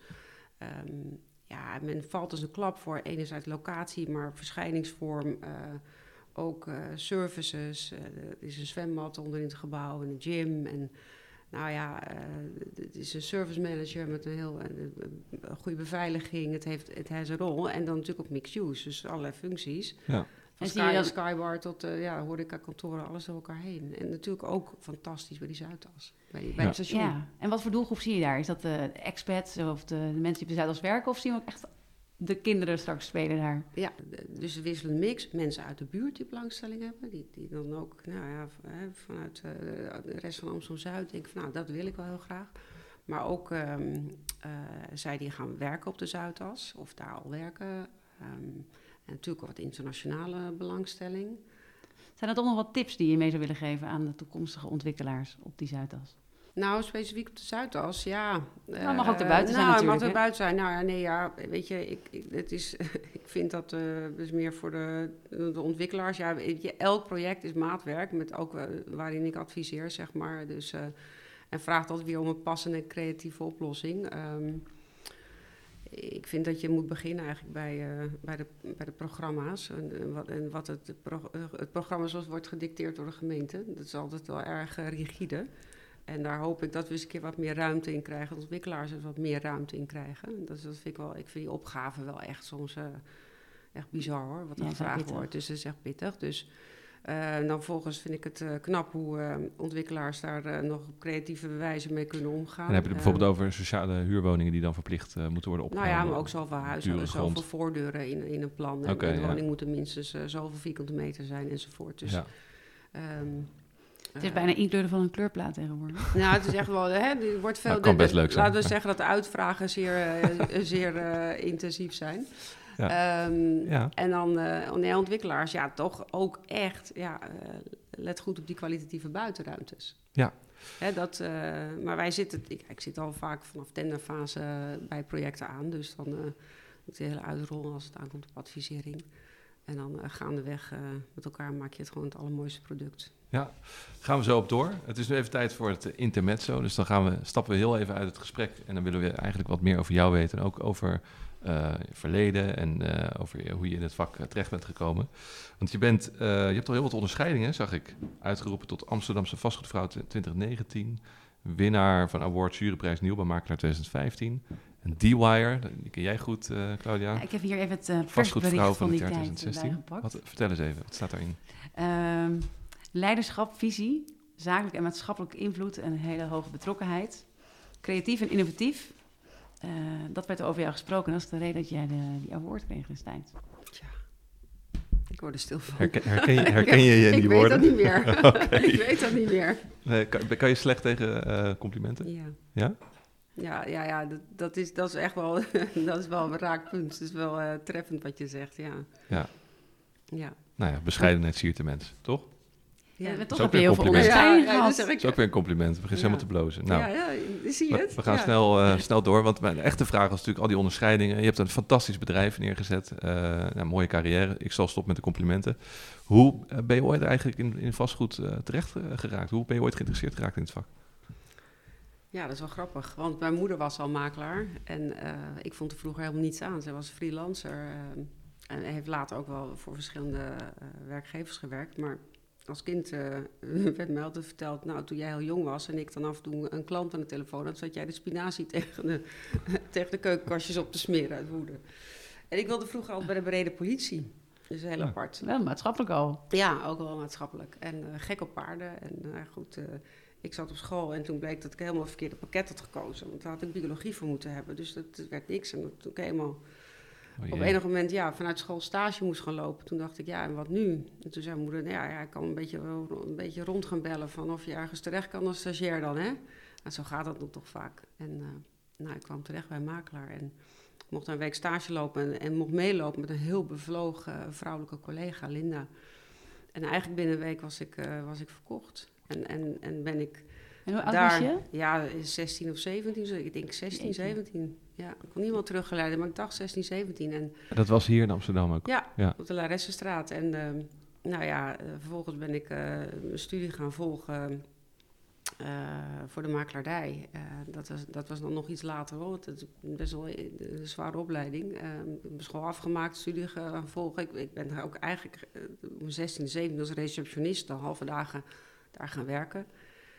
[SPEAKER 3] Um, ja, men valt dus een klap voor enerzijds locatie, maar verschijningsvorm, uh, ook uh, services. Uh, er is een zwembad onder in het gebouw en een gym. En nou ja, uh, het is een service manager met een heel een, een goede beveiliging. Het heeft, het heeft een rol. En dan natuurlijk ook mixed use, dus allerlei functies.
[SPEAKER 1] Ja.
[SPEAKER 3] Van
[SPEAKER 2] En zie je
[SPEAKER 3] sky,
[SPEAKER 2] dat-
[SPEAKER 3] Skybar tot uh, ja, horeca-kantoren, alles door elkaar heen. En natuurlijk ook fantastisch bij die Zuidas, bij, die- bij
[SPEAKER 1] Ja.
[SPEAKER 3] het station.
[SPEAKER 2] Ja, en wat voor doelgroep zie je daar? Is dat de expats of de, de mensen die op de Zuidas werken? Of zien we ook echt de kinderen straks spelen daar?
[SPEAKER 3] Ja, de- dus een wisselende mix. Mensen uit de buurt die belangstelling hebben. Die, die dan ook nou ja, v- hè, vanuit uh, de rest van Amsterdam-Zuid denken van nou, dat wil ik wel heel graag. Maar ook um, uh, zij die gaan werken op de Zuidas of daar al werken. Um, en natuurlijk ook wat internationale belangstelling.
[SPEAKER 2] Zijn er toch nog wat tips die je mee zou willen geven aan de toekomstige ontwikkelaars op die Zuidas?
[SPEAKER 3] Nou, specifiek op de Zuidas, ja.
[SPEAKER 2] Nou, mag ook erbuiten zijn
[SPEAKER 3] nou,
[SPEAKER 2] natuurlijk,
[SPEAKER 3] mag
[SPEAKER 2] hè?
[SPEAKER 3] erbuiten zijn. Nou ja, nee, ja, weet je, ik, ik, het is, ik vind dat uh, dus meer voor de, de ontwikkelaars. Ja, weet je, elk project is maatwerk, met ook uh, waarin ik adviseer, zeg maar. Dus, uh, en vraagt altijd weer om een passende en creatieve oplossing. Um, ik vind dat je moet beginnen eigenlijk bij, uh, bij, de, bij de programma's. En, en wat, en wat het, pro, het programma zoals wordt gedicteerd door de gemeente. Dat is altijd wel erg uh, rigide. En daar hoop ik dat we eens een keer wat meer ruimte in krijgen. Dat ontwikkelaars er wat meer ruimte in krijgen. Dat, is, dat vind ik wel, ik vind die opgave wel echt soms uh, echt bizar hoor, wat er
[SPEAKER 2] Ja,
[SPEAKER 3] gevraagd
[SPEAKER 2] pittig.
[SPEAKER 3] wordt. Dus dat is echt pittig. Dus uh, dan volgens vind ik het uh, knap hoe uh, ontwikkelaars daar uh, nog op creatieve wijze mee kunnen omgaan.
[SPEAKER 1] En heb je het bijvoorbeeld
[SPEAKER 3] Uh,
[SPEAKER 1] over sociale huurwoningen die dan verplicht uh, moeten worden
[SPEAKER 3] nou
[SPEAKER 1] opgenomen?
[SPEAKER 3] ja, maar ook zoveel huizen,
[SPEAKER 1] Dure
[SPEAKER 3] zoveel
[SPEAKER 1] grond.
[SPEAKER 3] voordeuren in, in een plan. En
[SPEAKER 1] Oké,
[SPEAKER 3] de
[SPEAKER 1] ja.
[SPEAKER 3] woning moet er minstens uh, zoveel vierkante meter zijn enzovoort. Dus
[SPEAKER 1] Ja.
[SPEAKER 3] um,
[SPEAKER 2] Het is bijna inkleuren van een kleurplaat tegenwoordig.
[SPEAKER 3] Nou, het is echt wel... Hè, er wordt veel,
[SPEAKER 1] Nou, kan best
[SPEAKER 3] de,
[SPEAKER 1] leuk zijn.
[SPEAKER 3] Laten we zeggen dat de uitvragen zeer, uh, zeer uh, intensief zijn.
[SPEAKER 1] Ja.
[SPEAKER 3] Um,
[SPEAKER 1] ja.
[SPEAKER 3] En dan uh, nee, ontwikkelaars, ja, toch ook echt... Ja, uh, let goed op die kwalitatieve buitenruimtes.
[SPEAKER 1] Ja.
[SPEAKER 3] Hè, dat, uh, maar wij zitten... Ik, ik zit al vaak vanaf tenderfase bij projecten aan. Dus dan uh, moet de hele uitrollen als het aankomt op advisering. En dan uh, gaandeweg uh, met elkaar maak je het gewoon het allermooiste product.
[SPEAKER 1] Ja, gaan we zo op door. Het is nu even tijd voor het intermezzo. Dus dan gaan we, stappen we heel even uit het gesprek. En dan willen we eigenlijk wat meer over jou weten. En ook over uh, je verleden en uh, over hoe je in het vak terecht bent gekomen. Want je, bent, uh, je hebt al heel wat onderscheidingen, zag ik. Uitgeroepen tot Amsterdamse vastgoedvrouw twintig negentien. Winnaar van Award Juryprijs Nieuwbouwmakelaar twintig vijftien. En D-Wire, die ken jij goed, uh, Claudia.
[SPEAKER 2] Ja, ik heb hier even het uh,
[SPEAKER 1] vastgoedvrouw van het
[SPEAKER 2] jaar
[SPEAKER 1] jaar twintig zestien. Wat, vertel eens even, wat staat daarin?
[SPEAKER 2] Um, leiderschap, visie, zakelijk en maatschappelijke invloed en een hele hoge betrokkenheid. Creatief en innovatief. Uh, dat werd over jou gesproken. Dat is de reden dat jij de, die award kreeg destijds.
[SPEAKER 3] Tja, ik word er stil van.
[SPEAKER 1] Herken, herken, je, herken je je in die
[SPEAKER 3] ik
[SPEAKER 1] woorden?
[SPEAKER 3] Ik weet dat niet meer. Okay. Ik weet dat niet meer.
[SPEAKER 1] Nee, kan, kan je slecht tegen uh, complimenten?
[SPEAKER 3] Ja.
[SPEAKER 1] Ja?
[SPEAKER 3] Ja, ja, ja dat, dat, is, dat is echt wel, dat is wel een raakpunt. Het is wel uh, treffend wat je zegt, ja.
[SPEAKER 1] Ja.
[SPEAKER 3] Ja.
[SPEAKER 1] Nou ja, bescheidenheid siert de mens, toch?
[SPEAKER 2] Ja,
[SPEAKER 3] Ja,
[SPEAKER 2] toch heb je heel veel onderscheiding
[SPEAKER 3] ja,
[SPEAKER 2] gehad.
[SPEAKER 3] Ja,
[SPEAKER 1] dat is ook weer een compliment. We beginnen ja. helemaal te blozen. Nou,
[SPEAKER 3] ja, ja, zie je het?
[SPEAKER 1] We, we gaan
[SPEAKER 3] ja.
[SPEAKER 1] snel, uh, snel door, want mijn echte vraag was natuurlijk al die onderscheidingen. Je hebt een fantastisch bedrijf neergezet, uh, nou, mooie carrière. Ik zal stoppen met de complimenten. Hoe uh, ben je ooit eigenlijk in, in vastgoed uh, terecht uh, geraakt? Hoe ben je ooit geïnteresseerd geraakt in het vak?
[SPEAKER 3] Ja, dat is wel grappig, want mijn moeder was al makelaar en uh, ik vond er vroeger helemaal niets aan. Zij was freelancer uh, en heeft later ook wel voor verschillende uh, werkgevers gewerkt, maar als kind uh, werd mij altijd verteld, nou, toen jij heel jong was en ik dan af en toe een klant aan de telefoon had, zat jij de spinazie tegen de, tegen de keukenkastjes op te smeren uit woede. En ik wilde vroeger altijd bij de brede politie. Dus heel ja. apart.
[SPEAKER 2] Wel maatschappelijk al.
[SPEAKER 3] Ja, ook wel maatschappelijk. En uh, gek op paarden. En uh, goed, uh, ik zat op school en toen bleek dat ik helemaal het verkeerde pakket had gekozen. Want daar had ik biologie voor moeten hebben. Dus dat, dat werd niks. En toen ik helemaal oh, op enig moment ja, vanuit school stage moest gaan lopen. Toen dacht ik, ja, en wat nu? En toen zei mijn moeder, ja, ja ik kan een beetje, een beetje rond gaan bellen van of je ergens terecht kan als stagiair dan, hè? En zo gaat dat nog toch vaak. En uh, nou, ik kwam terecht bij een makelaar en mocht een week stage lopen en, en mocht meelopen met een heel bevlogen uh, vrouwelijke collega, Linda. En eigenlijk binnen een week was ik, uh, was ik verkocht. En, en, en ben ik
[SPEAKER 2] en hoe oud
[SPEAKER 3] daar...
[SPEAKER 2] was je?
[SPEAKER 3] Ja, zestien of zeventien. Ik denk zestien, zeventien. Ja, ik kon niemand teruggeleiden, maar ik dacht zestien, zeventien. En,
[SPEAKER 1] dat was hier in Amsterdam ook?
[SPEAKER 3] Ja,
[SPEAKER 1] ja.
[SPEAKER 3] op de Laressenstraat. En uh, nou ja, uh, vervolgens ben ik uh, mijn studie gaan volgen... Uh, voor de makelaardij. Uh, dat, was, dat was dan nog iets later hoor. Het is best wel een, een zware opleiding. Uh, ik heb school afgemaakt, studie gaan volgen. Ik, ik ben daar ook eigenlijk uh, om zestien, zeventien als receptionist de halve dagen daar gaan werken.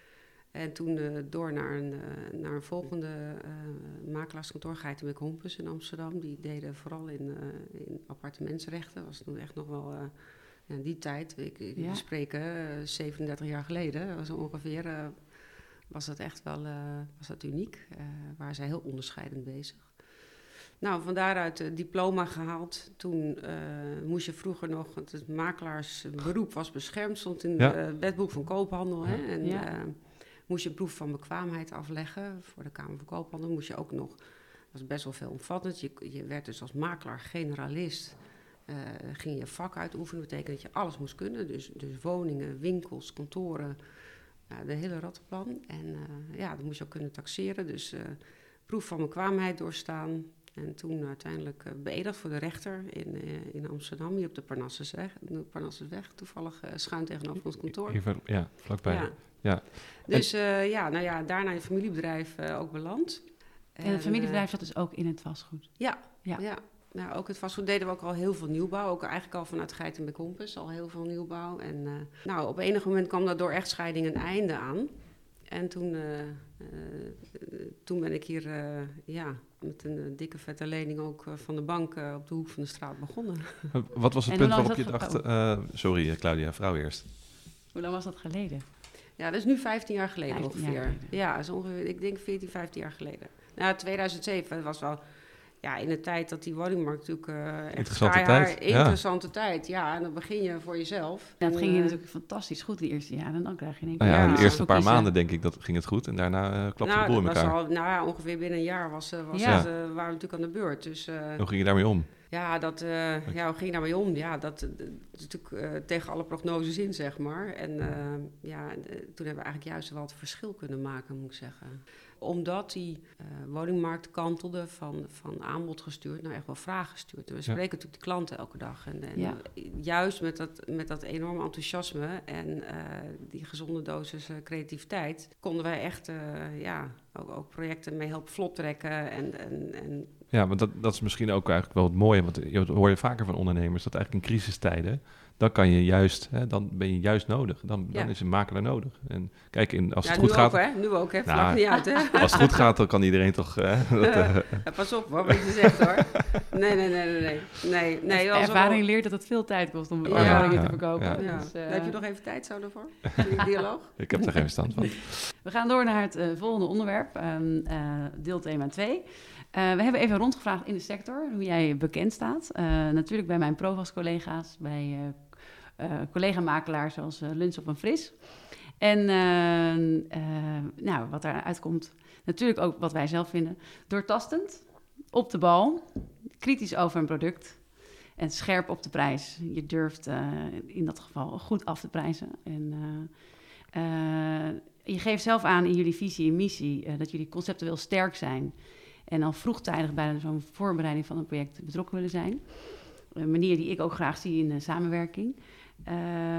[SPEAKER 3] En toen uh, door naar een, uh, naar een volgende uh, makelaarskantoor, Geitenbeek Hompus in Amsterdam. Die deden vooral in, uh, in appartementsrechten. Dat was toen echt nog wel... Uh, in die tijd, ik, ik ja. spreek uh, zevenendertig jaar geleden, zo ongeveer, uh, was dat echt wel uh, was dat uniek. Uh, waren zij heel onderscheidend bezig. Nou, van daaruit uh, diploma gehaald. Toen uh, moest je vroeger nog, want het makelaarsberoep was beschermd, stond in ja. het uh, wetboek van koophandel. Ja. Hè, en ja. uh, moest je proef van bekwaamheid afleggen voor de Kamer van Koophandel. Moest je ook nog, dat was best wel veel omvattend, je, je werd dus als makelaar generalist. Uh, ging je vak uitoefenen, dat betekent dat je alles moest kunnen. Dus, dus woningen, winkels, kantoren, uh, de hele rattenplan. En uh, ja, dat moest je ook kunnen taxeren. Dus uh, proef van bekwaamheid doorstaan. En toen uiteindelijk uh, beëdigd voor de rechter in, uh, in Amsterdam, hier op de Parnassusweg. De Parnassusweg, toevallig uh, schuin tegenover ons kantoor.
[SPEAKER 1] Hier, ja, vlakbij. Ja. Ja.
[SPEAKER 3] Dus uh, ja, nou ja, daarna een familiebedrijf uh, ook beland.
[SPEAKER 2] En, en het familiebedrijf zat dus ook in het vastgoed?
[SPEAKER 3] Ja, ja. ja. Nou, ook het vastgoed deden we ook al heel veel nieuwbouw. Ook eigenlijk al vanuit Geitenbeek Hompus, al heel veel nieuwbouw. En uh, nou, op enig moment kwam daar door echtscheiding een einde aan. En toen, uh, uh, toen ben ik hier uh, ja, met een uh, dikke vette lening ook uh, van de bank uh, op de hoek van de straat begonnen.
[SPEAKER 1] Wat was het
[SPEAKER 2] en
[SPEAKER 1] punt waarop je
[SPEAKER 2] ge-
[SPEAKER 1] dacht... Uh, sorry Claudia, vrouw eerst.
[SPEAKER 2] Hoe lang was dat geleden?
[SPEAKER 3] Ja, dat is nu vijftien jaar geleden
[SPEAKER 2] vijftien
[SPEAKER 3] ongeveer.
[SPEAKER 2] Jaar geleden.
[SPEAKER 3] Ja, dat is ongeveer, ik denk veertien, vijftien jaar geleden. Nou, tweeduizend zeven was wel... ja, in de tijd dat die woningmarkt natuurlijk uh, echt
[SPEAKER 1] interessante
[SPEAKER 3] skyhigh,
[SPEAKER 1] tijd.
[SPEAKER 3] interessante
[SPEAKER 1] ja.
[SPEAKER 3] tijd. Ja, en dan begin je voor jezelf.
[SPEAKER 2] Dat
[SPEAKER 3] en,
[SPEAKER 2] ging je
[SPEAKER 3] uh,
[SPEAKER 2] natuurlijk fantastisch goed de eerste jaren. En dan krijg je in één
[SPEAKER 1] Nou ja,
[SPEAKER 3] Ja,
[SPEAKER 1] de eerste paar
[SPEAKER 2] kiezen.
[SPEAKER 1] maanden denk ik dat ging het goed. En daarna uh, klapte
[SPEAKER 3] nou,
[SPEAKER 1] de boel in
[SPEAKER 3] dat was
[SPEAKER 1] elkaar.
[SPEAKER 3] al, nou ja, ongeveer binnen een jaar was, uh, was
[SPEAKER 2] Ja.
[SPEAKER 3] het, uh, waren we natuurlijk aan de beurt. Dus, uh,
[SPEAKER 1] Hoe ging je daarmee om?
[SPEAKER 3] ja, dat, uh, ja, hoe ging je daarmee om? Ja, dat uh, is natuurlijk uh, tegen alle prognoses in, zeg maar. En uh, ja, uh, toen hebben we eigenlijk juist wel het verschil kunnen maken, moet ik zeggen. Omdat die uh, woningmarkt kantelde van, van aanbod gestuurd naar echt wel vraag gestuurd. En we spreken ja. natuurlijk de klanten elke dag. En, en
[SPEAKER 2] ja.
[SPEAKER 3] juist met dat, met dat enorme enthousiasme en uh, die gezonde dosis uh, creativiteit... konden wij echt uh, ja, ook, ook projecten mee helpen vlot trekken en... en, en
[SPEAKER 1] ja, maar dat, dat is misschien ook eigenlijk wel het mooie. Want je hoor je vaker van ondernemers dat eigenlijk in crisistijden... dan kan je juist, hè, dan ben je juist nodig. Dan,
[SPEAKER 3] ja.
[SPEAKER 1] dan is een makelaar nodig. En kijk, in, als
[SPEAKER 3] ja,
[SPEAKER 1] het goed
[SPEAKER 3] nu
[SPEAKER 1] gaat...
[SPEAKER 3] Ook, hè? Nu ook, hè? Vlak
[SPEAKER 1] nou,
[SPEAKER 3] niet uit, hè?
[SPEAKER 1] Als het goed gaat, dan kan iedereen toch... Uh, dat, uh...
[SPEAKER 3] ja, pas op, hoor, wat je zegt, hoor. Nee, nee, nee, nee. nee. nee, nee
[SPEAKER 2] de ervaring leert dat het veel tijd kost om woningen ja. ja. te verkopen. Ja.
[SPEAKER 3] Ja.
[SPEAKER 2] Dus, uh...
[SPEAKER 3] heb je nog even tijd zo daarvoor? Die dialoog?
[SPEAKER 1] Ik heb daar geen verstand van.
[SPEAKER 2] We gaan door naar het uh, volgende onderwerp, um, uh, deelthema twee. Uh, we hebben even rondgevraagd in de sector hoe jij bekend staat. Uh, natuurlijk bij mijn Provast-collega's, bij uh, uh, collega-makelaars zoals uh, Lunsop en Fris. En uh, uh, nou, wat daaruit komt, natuurlijk ook wat wij zelf vinden. Doortastend, op de bal, kritisch over een product en scherp op de prijs. Je durft uh, in dat geval goed af te prijzen. En uh, uh, je geeft zelf aan in jullie visie en missie uh, dat jullie conceptueel sterk zijn. En al vroegtijdig bij zo'n voorbereiding van een project betrokken willen zijn. Een manier die ik ook graag zie in de samenwerking. Uh,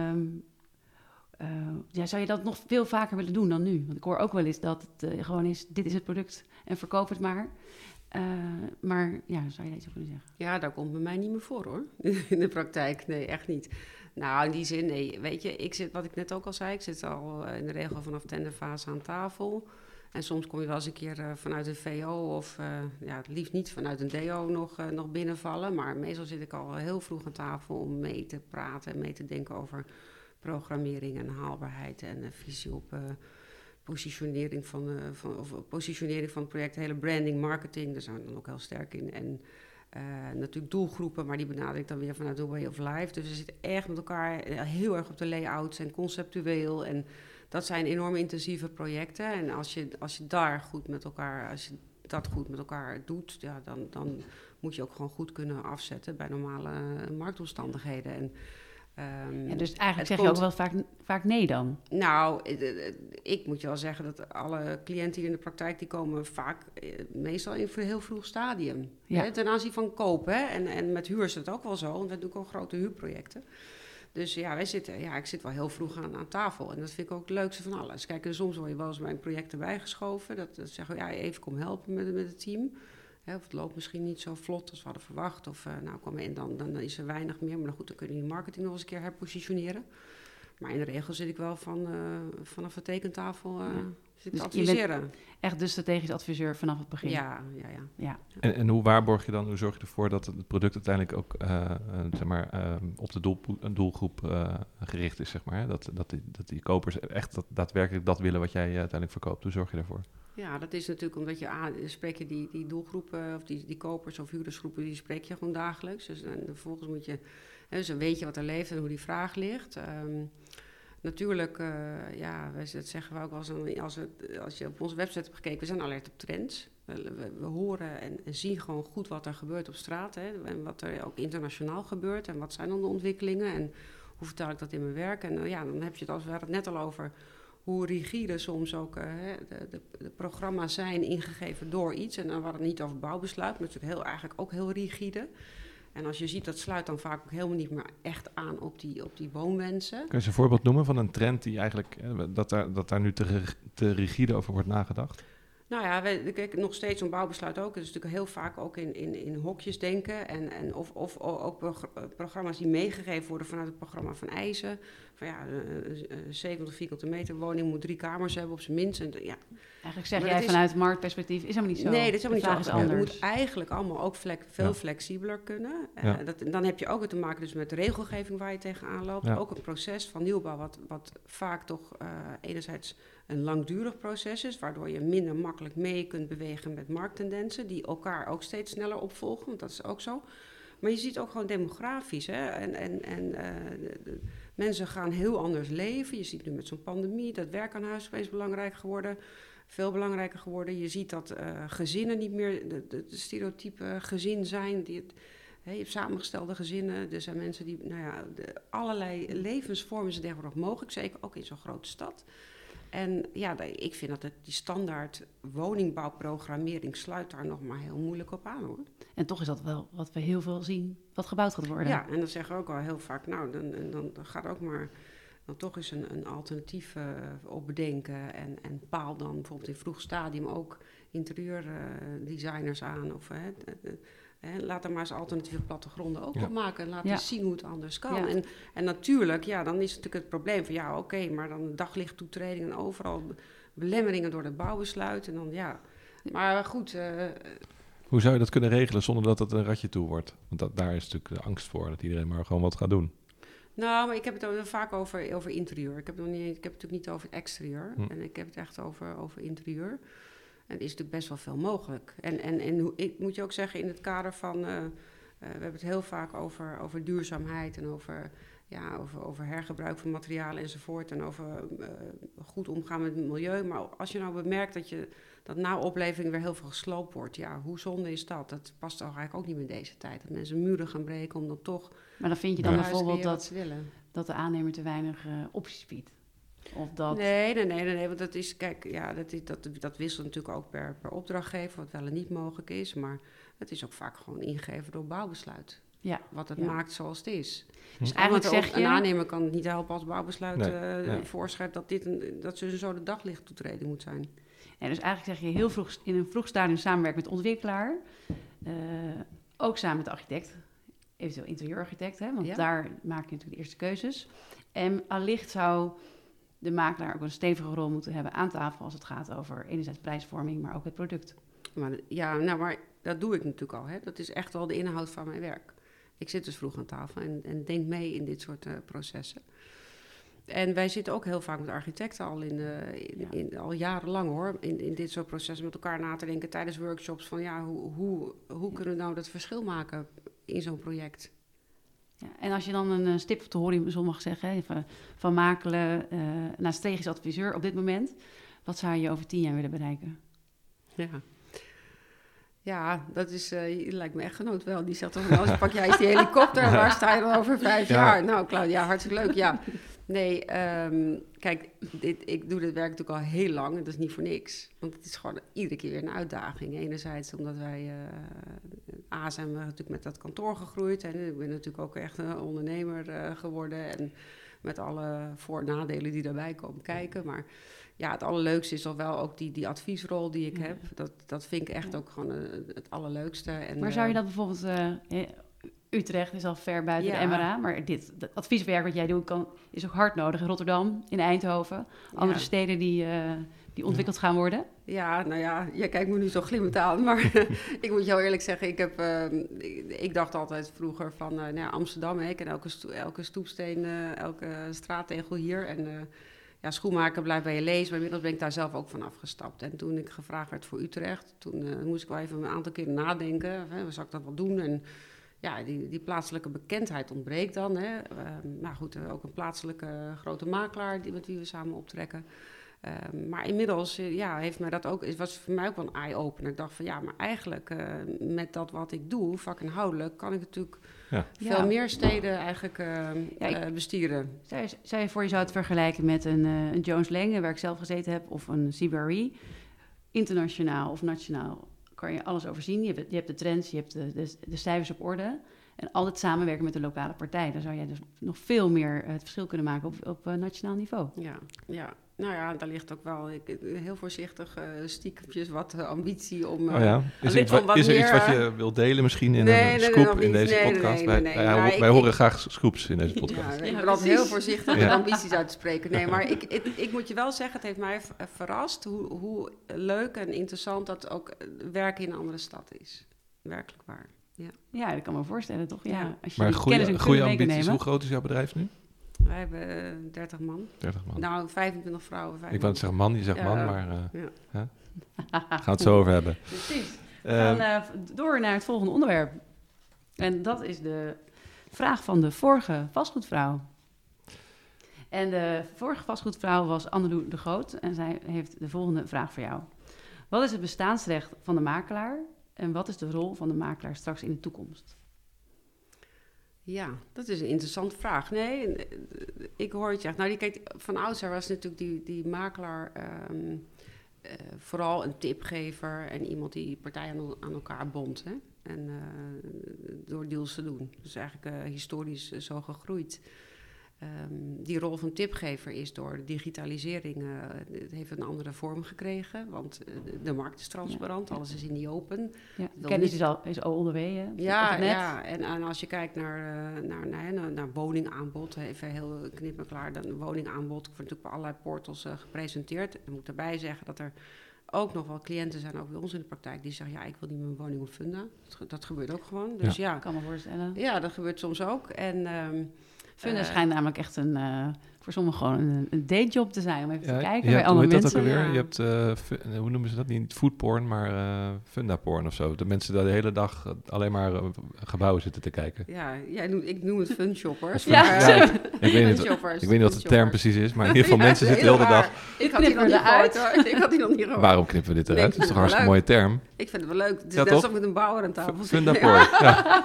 [SPEAKER 2] uh, ja, zou je dat nog veel vaker willen doen dan nu? Want ik hoor ook wel eens dat het uh, gewoon is, dit is het product en verkoop het maar. Uh, maar ja, zou je daar iets over kunnen zeggen?
[SPEAKER 3] Ja, daar komt bij mij niet meer voor, hoor. In de praktijk, nee, echt niet. Nou, in die zin, nee. Weet je, ik zit, wat ik net ook al zei, ik zit al in de regel vanaf tenderfase aan tafel... En soms kom je wel eens een keer uh, vanuit een V O of uh, ja, het liefst niet vanuit een D O nog, uh, nog binnenvallen. Maar meestal zit ik al heel vroeg aan tafel om mee te praten en mee te denken over programmering en haalbaarheid en uh, visie op uh, positionering van, uh, van, of positionering van het project. Hele branding, marketing, daar zijn we dan ook heel sterk in. En uh, natuurlijk doelgroepen, maar die benader ik dan weer vanuit de way of life. Dus we zitten echt met elkaar uh, heel erg op de layouts en conceptueel en... Dat zijn enorm intensieve projecten. En als je, als je daar goed met elkaar, als je dat goed met elkaar doet, ja, dan, dan moet je ook gewoon goed kunnen afzetten bij normale uh, marktomstandigheden. En, um,
[SPEAKER 2] ja, dus eigenlijk zeg
[SPEAKER 3] komt,
[SPEAKER 2] je ook wel vaak, vaak nee dan?
[SPEAKER 3] Nou, ik moet je wel zeggen dat alle cliënten hier in de praktijk, die komen vaak meestal in een heel vroeg stadium.
[SPEAKER 2] Ja.
[SPEAKER 3] Hè, ten aanzien van kopen. Hè? En, en met huur is het ook wel zo, want we doen ook grote huurprojecten. Dus ja, wij zitten, ja, ik zit wel heel vroeg aan, aan tafel. En dat vind ik ook het leukste van alles. Kijk, en soms word je wel eens bij een project erbij geschoven. Dat, dat zeggen we, ja, even kom helpen met, met het team. Hè, of het loopt misschien niet zo vlot als we hadden verwacht. Of uh, nou, kom in, dan, dan is er weinig meer. Maar dan goed, dan kun je die marketing nog eens een keer herpositioneren. Maar in de regel zit ik wel van, uh, vanaf de tekentafel uh, ja. zit dus te adviseren.
[SPEAKER 2] Je bent echt de strategisch adviseur vanaf het begin?
[SPEAKER 3] Ja, ja, ja.
[SPEAKER 2] ja.
[SPEAKER 1] En, en hoe waarborg je dan, hoe zorg je ervoor dat het product uiteindelijk ook uh, uh, zeg maar, uh, op de doel, doelgroep uh, gericht is, zeg maar? Dat, dat, die, dat die kopers echt dat, daadwerkelijk dat willen wat jij uh, uiteindelijk verkoopt. Hoe zorg je daarvoor?
[SPEAKER 3] Ja, dat is natuurlijk omdat je aan spreek je die, die doelgroepen of die, die kopers of huurdersgroepen, die spreek je gewoon dagelijks. Dus en vervolgens moet je, dus dan weet je wat er leeft en hoe die vraag ligt. Um, Natuurlijk, uh, ja, wij, dat zeggen we ook als, een, als, we, als je op onze website hebt gekeken, we zijn alert op trends. We, we, we horen en, en zien gewoon goed wat er gebeurt op straat. Hè, en wat er ook internationaal gebeurt. En wat zijn dan de ontwikkelingen en hoe vertaal ik dat in mijn werk. En uh, ja, dan heb je het, als we hadden het net al over hoe rigide soms ook uh, de, de, de programma's zijn ingegeven door iets. En dan hadden we het niet over bouwbesluit, maar natuurlijk heel, eigenlijk ook heel rigide. En als je ziet, dat sluit dan vaak ook helemaal niet meer echt aan op die, op die woonwensen.
[SPEAKER 1] Kun je eens een voorbeeld noemen van een trend die eigenlijk, dat daar, dat daar nu te, te rigide over wordt nagedacht?
[SPEAKER 3] Nou ja, we, kijk, nog steeds zo'n bouwbesluit ook. Het is natuurlijk heel vaak ook in, in, in hokjes denken. En, en of, of ook programma's die meegegeven worden vanuit het programma van eisen. Van ja, een zeventig vierkante meter woning moet drie kamers hebben op zijn minst. En, ja.
[SPEAKER 2] Eigenlijk zeg maar jij vanuit marktperspectief, is helemaal niet zo.
[SPEAKER 3] Nee, dat is helemaal niet zo.
[SPEAKER 2] Is
[SPEAKER 3] het moet eigenlijk allemaal ook flek, veel ja. flexibeler kunnen. Ja. Uh, dat, dan heb je ook weer te maken dus met de regelgeving waar je tegenaan loopt. Ja. Ook een proces van nieuwbouw wat, wat vaak toch uh, enerzijds een langdurig proces is, waardoor je minder makkelijk mee kunt bewegen met markttendensen, die elkaar ook steeds sneller opvolgen, want dat is ook zo. Maar je ziet ook gewoon demografisch, hè, en, en, en uh, de, de, mensen gaan heel anders leven. Je ziet nu met zo'n pandemie dat werk aan huis is belangrijk geworden, veel belangrijker geworden. Je ziet dat uh, gezinnen niet meer de, de, de stereotype gezin zijn, die het, hè, je hebt samengestelde gezinnen, er zijn mensen die, nou ja, de, allerlei levensvormen zijn tegenwoordig mogelijk, zeker ook in zo'n grote stad. En ja, ik vind dat het, die standaard woningbouwprogrammering sluit daar nog maar heel moeilijk op aan, hoor.
[SPEAKER 2] En toch is dat wel wat we heel veel zien, wat gebouwd gaat worden.
[SPEAKER 3] Ja, en dan zeggen we ook al heel vaak, nou, dan, dan, dan gaat ook maar dan toch eens een, een alternatief uh, op bedenken. En, en paal dan bijvoorbeeld in vroeg stadium ook interieurdesigners uh, aan. Of, uh, uh, uh, laat er maar eens alternatieve plattegronden ook ja. op maken. En laat ja. eens zien hoe het anders kan. Ja. En, en natuurlijk, ja, dan is het natuurlijk het probleem van, ja, oké, okay, maar dan daglichttoetreding en overal belemmeringen door het bouwbesluit. En dan, ja, maar goed. Uh,
[SPEAKER 1] Hoe zou je dat kunnen regelen zonder dat het een ratje toe wordt? Want dat, daar is natuurlijk de angst voor, dat iedereen maar gewoon wat gaat doen.
[SPEAKER 3] Nou, maar ik heb het vaak over, over interieur. Ik heb, het nog niet, ik heb het natuurlijk niet over het exterieur. Hm. En ik heb het echt over, over interieur. En er is natuurlijk best wel veel mogelijk. En, en, en hoe, ik moet je ook zeggen, in het kader van... Uh, uh, we hebben het heel vaak over, over duurzaamheid en over, ja, over, over hergebruik van materialen enzovoort. En over uh, goed omgaan met het milieu. Maar als je nou bemerkt dat je... dat na opleving weer heel veel gesloopt wordt. Ja, hoe zonde is dat? Dat past toch eigenlijk ook niet meer in deze tijd. Dat mensen muren gaan breken om dan toch...
[SPEAKER 2] Maar dan vind je dan ja. bijvoorbeeld dat, dat de aannemer te weinig uh, opties biedt? Of dat...
[SPEAKER 3] Nee, nee, nee, nee, nee, want dat is... Kijk, ja, dat, is, dat, dat wisselt natuurlijk ook per, per opdrachtgever... wat wel en niet mogelijk is. Maar het is ook vaak gewoon ingegeven door bouwbesluit. Ja. Wat het ja. maakt zoals het is.
[SPEAKER 2] Dus eigenlijk
[SPEAKER 3] Want
[SPEAKER 2] zeg je...
[SPEAKER 3] Een aannemer kan het niet helpen als bouwbesluit
[SPEAKER 1] nee,
[SPEAKER 3] uh,
[SPEAKER 1] nee.
[SPEAKER 3] voorschrijft... dat, dit een, dat ze zo de daglichttoetreding moet zijn.
[SPEAKER 2] Ja, dus eigenlijk zeg je heel vroeg in een vroeg stadium samenwerken met de ontwikkelaar. Uh, ook samen met de architect, eventueel interieurarchitect, hè, want ja. daar maak je natuurlijk de eerste keuzes. En allicht zou de makelaar ook een stevige rol moeten hebben aan tafel als het gaat over enerzijds prijsvorming, maar ook het product.
[SPEAKER 3] Maar, ja, nou, maar dat doe ik natuurlijk al. Hè. Dat is echt wel de inhoud van mijn werk. Ik zit dus vroeg aan tafel en, en denk mee in dit soort uh, processen. En wij zitten ook heel vaak met architecten al, in, uh, in, ja. in, al jarenlang hoor, in, in dit soort processen met elkaar na te denken tijdens workshops van ja, hoe, hoe, hoe kunnen we nou dat verschil maken in zo'n project?
[SPEAKER 2] Ja, en als je dan een stip op de horizon mag zeggen, even van makelen uh, naar strategisch adviseur op dit moment, wat zou je over tien jaar willen bereiken?
[SPEAKER 3] Ja. Ja, dat is, uh, lijkt me echtgenoot wel. Die zegt toch, nou, pak jij eens die helikopter en waar sta je dan over vijf ja. jaar? Nou, Claudia, hartstikke leuk, ja. Nee, um, kijk, dit, ik doe dit werk natuurlijk al heel lang en dat is niet voor niks. Want het is gewoon iedere keer weer een uitdaging. Enerzijds omdat wij, uh, A, zijn we natuurlijk met dat kantoor gegroeid. En ik ben natuurlijk ook echt een ondernemer uh, geworden. En met alle voor- en nadelen die daarbij komen kijken. Maar ja, het allerleukste is toch wel ook die, die adviesrol die ik ja. heb. Dat, dat vind ik echt ja. ook gewoon uh, het allerleukste. En,
[SPEAKER 2] maar zou je dat bijvoorbeeld... Uh, Utrecht is al ver buiten ja. de M R A, maar dit het advieswerk wat jij doet kan, is ook hard nodig. In Rotterdam, in Eindhoven, andere ja. steden die, uh, die ontwikkeld gaan worden.
[SPEAKER 3] Ja, nou ja, jij kijkt me nu zo glimmend aan, maar ik moet jou eerlijk zeggen, ik, heb, uh, ik, ik dacht altijd vroeger van uh, nou ja, Amsterdam, hè, ik ken elke, sto- elke stoepsteen, uh, elke straattegel hier en... Uh, Ja, schoenmaker blijft bij je lezen, maar inmiddels ben ik daar zelf ook van afgestapt. En toen ik gevraagd werd voor Utrecht, toen uh, moest ik wel even een aantal keren nadenken. Hè, zou ik dat wel doen? En ja, die, die plaatselijke bekendheid ontbreekt dan. Hè. Uh, nou goed, uh, ook een plaatselijke grote makelaar die, met wie we samen optrekken. Uh, maar inmiddels uh, ja, heeft mij dat ook, het was voor mij ook wel een eye-opener. Ik dacht van ja, maar eigenlijk uh, met dat wat ik doe, vakinhoudelijk, kan ik natuurlijk ja. veel ja. meer steden eigenlijk uh, ja, ik, uh, bestieren.
[SPEAKER 2] Stel je, stel je voor, je zou het vergelijken met een, uh, een Jones Lang, waar ik zelf gezeten heb, of een C B R E. Internationaal of nationaal kan je alles overzien. Je hebt, je hebt de trends, je hebt de, de, de cijfers op orde. En altijd samenwerken met de lokale partij. Dan zou jij dus nog veel meer uh, het verschil kunnen maken op, op uh, nationaal niveau.
[SPEAKER 3] Ja, ja. Nou ja, daar ligt ook wel ik, heel voorzichtig uh, stiekempjes wat uh, ambitie om... Uh,
[SPEAKER 1] oh ja. Is er, iets, wat, is er meer, iets wat je wilt delen misschien in nee, een nee, scoop nee, in deze nee, podcast? Nee, nee, nee, wij nee, wij, wij ik, horen ik, graag scoops in deze podcast.
[SPEAKER 3] Ja, ik ben altijd heel voorzichtig ja. ambities uit te spreken. Nee, maar ik, ik, ik moet je wel zeggen, het heeft mij verrast hoe, hoe leuk en interessant dat ook werken in een andere stad is. Werkelijk waar. Ja,
[SPEAKER 2] ja dat kan me voorstellen, toch? Ja,
[SPEAKER 1] ja. Als je maar goede ambities, hoe groot is jouw bedrijf nu?
[SPEAKER 3] Wij hebben uh, dertig man.
[SPEAKER 1] dertig man.
[SPEAKER 3] Nou, vijfentwintig vrouwen.
[SPEAKER 1] Ik wou het zeggen man, je zegt
[SPEAKER 3] ja,
[SPEAKER 1] man, maar uh,
[SPEAKER 3] ja.
[SPEAKER 1] Huh? Gaan we het zo over hebben.
[SPEAKER 2] Precies. We
[SPEAKER 1] Uh,
[SPEAKER 2] gaan uh, door naar het volgende onderwerp. En dat is de vraag van de vorige vastgoedvrouw. En de vorige vastgoedvrouw was Annelou de Groot. En zij heeft de volgende vraag voor jou. Wat is het bestaansrecht van de makelaar? En wat is de rol van de makelaar straks in de toekomst?
[SPEAKER 3] Ja, dat is een interessante vraag. Nee, ik hoor het je. Nou, die, kijk, van oudsher was natuurlijk die, die makelaar um, uh, vooral een tipgever en iemand die partijen aan, aan elkaar bond. Hè? En uh, door deals te doen. Dus eigenlijk uh, historisch uh, zo gegroeid. Um, die rol van tipgever is door de digitalisering, uh, het heeft een andere vorm gekregen, want uh, de, de markt is transparant, ja. alles is in die open.
[SPEAKER 2] Ja. Kennis is al, is al onderweg,
[SPEAKER 3] ja, ja. En, en als je kijkt naar, uh, naar, naar, naar, naar woningaanbod, even heel knip en klaar, dan woningaanbod wordt natuurlijk op allerlei portals uh, gepresenteerd. Ik moet daarbij zeggen dat er ook nog wel cliënten zijn, ook bij ons in de praktijk, die zeggen, ja, ik wil niet mijn woning op Funda. Dat, dat gebeurt ook gewoon. Dus ja,
[SPEAKER 2] ja. kan me voorstellen.
[SPEAKER 3] Ja, dat gebeurt soms ook. En Um,
[SPEAKER 2] Funda uh, schijnt namelijk echt een, uh, voor sommigen gewoon een, een dayjob te zijn. Om even ja, te kijken
[SPEAKER 1] ja,
[SPEAKER 2] bij andere
[SPEAKER 1] mensen.
[SPEAKER 2] Dat
[SPEAKER 1] ook alweer?
[SPEAKER 2] Ja.
[SPEAKER 1] Je hebt, uh, fu- hoe noemen ze dat? Niet foodporn, maar uh, fundaporn of zo. De mensen die de hele dag alleen maar uh, gebouwen zitten te kijken.
[SPEAKER 3] Ja, jij noemt, ik noem het funshoppers.
[SPEAKER 2] Ja,
[SPEAKER 3] maar,
[SPEAKER 1] ja. ik, weet niet, ik weet niet wat de term precies is, maar in ieder geval ja, mensen zitten de hele dag...
[SPEAKER 3] Ik had die nog niet gehoord hoor. Ik had die nog niet gehoord.
[SPEAKER 1] Waarom knippen we dit eruit? Het is toch een hartstikke mooie term?
[SPEAKER 3] Ik vind het wel leuk. Het is
[SPEAKER 1] ja,
[SPEAKER 3] net
[SPEAKER 1] toch?
[SPEAKER 3] alsof met een bouwer aan tafel zit.
[SPEAKER 1] Fundaporn, ja.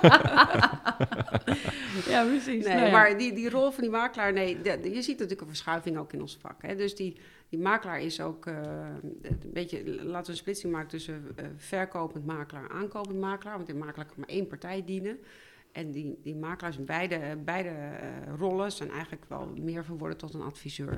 [SPEAKER 2] Ja, precies.
[SPEAKER 3] Nee,
[SPEAKER 2] nou ja.
[SPEAKER 3] maar die, die rol van die makelaar, nee, de, de, je ziet natuurlijk een verschuiving ook in ons vak. Hè. Dus die, die makelaar is ook uh, een beetje, laten we een splitsing maken tussen uh, verkopend makelaar en aankopend makelaar. Want die makelaar kan maar één partij dienen. En die, die makelaars in beide, beide uh, rollen zijn eigenlijk wel meer verworden tot een adviseur.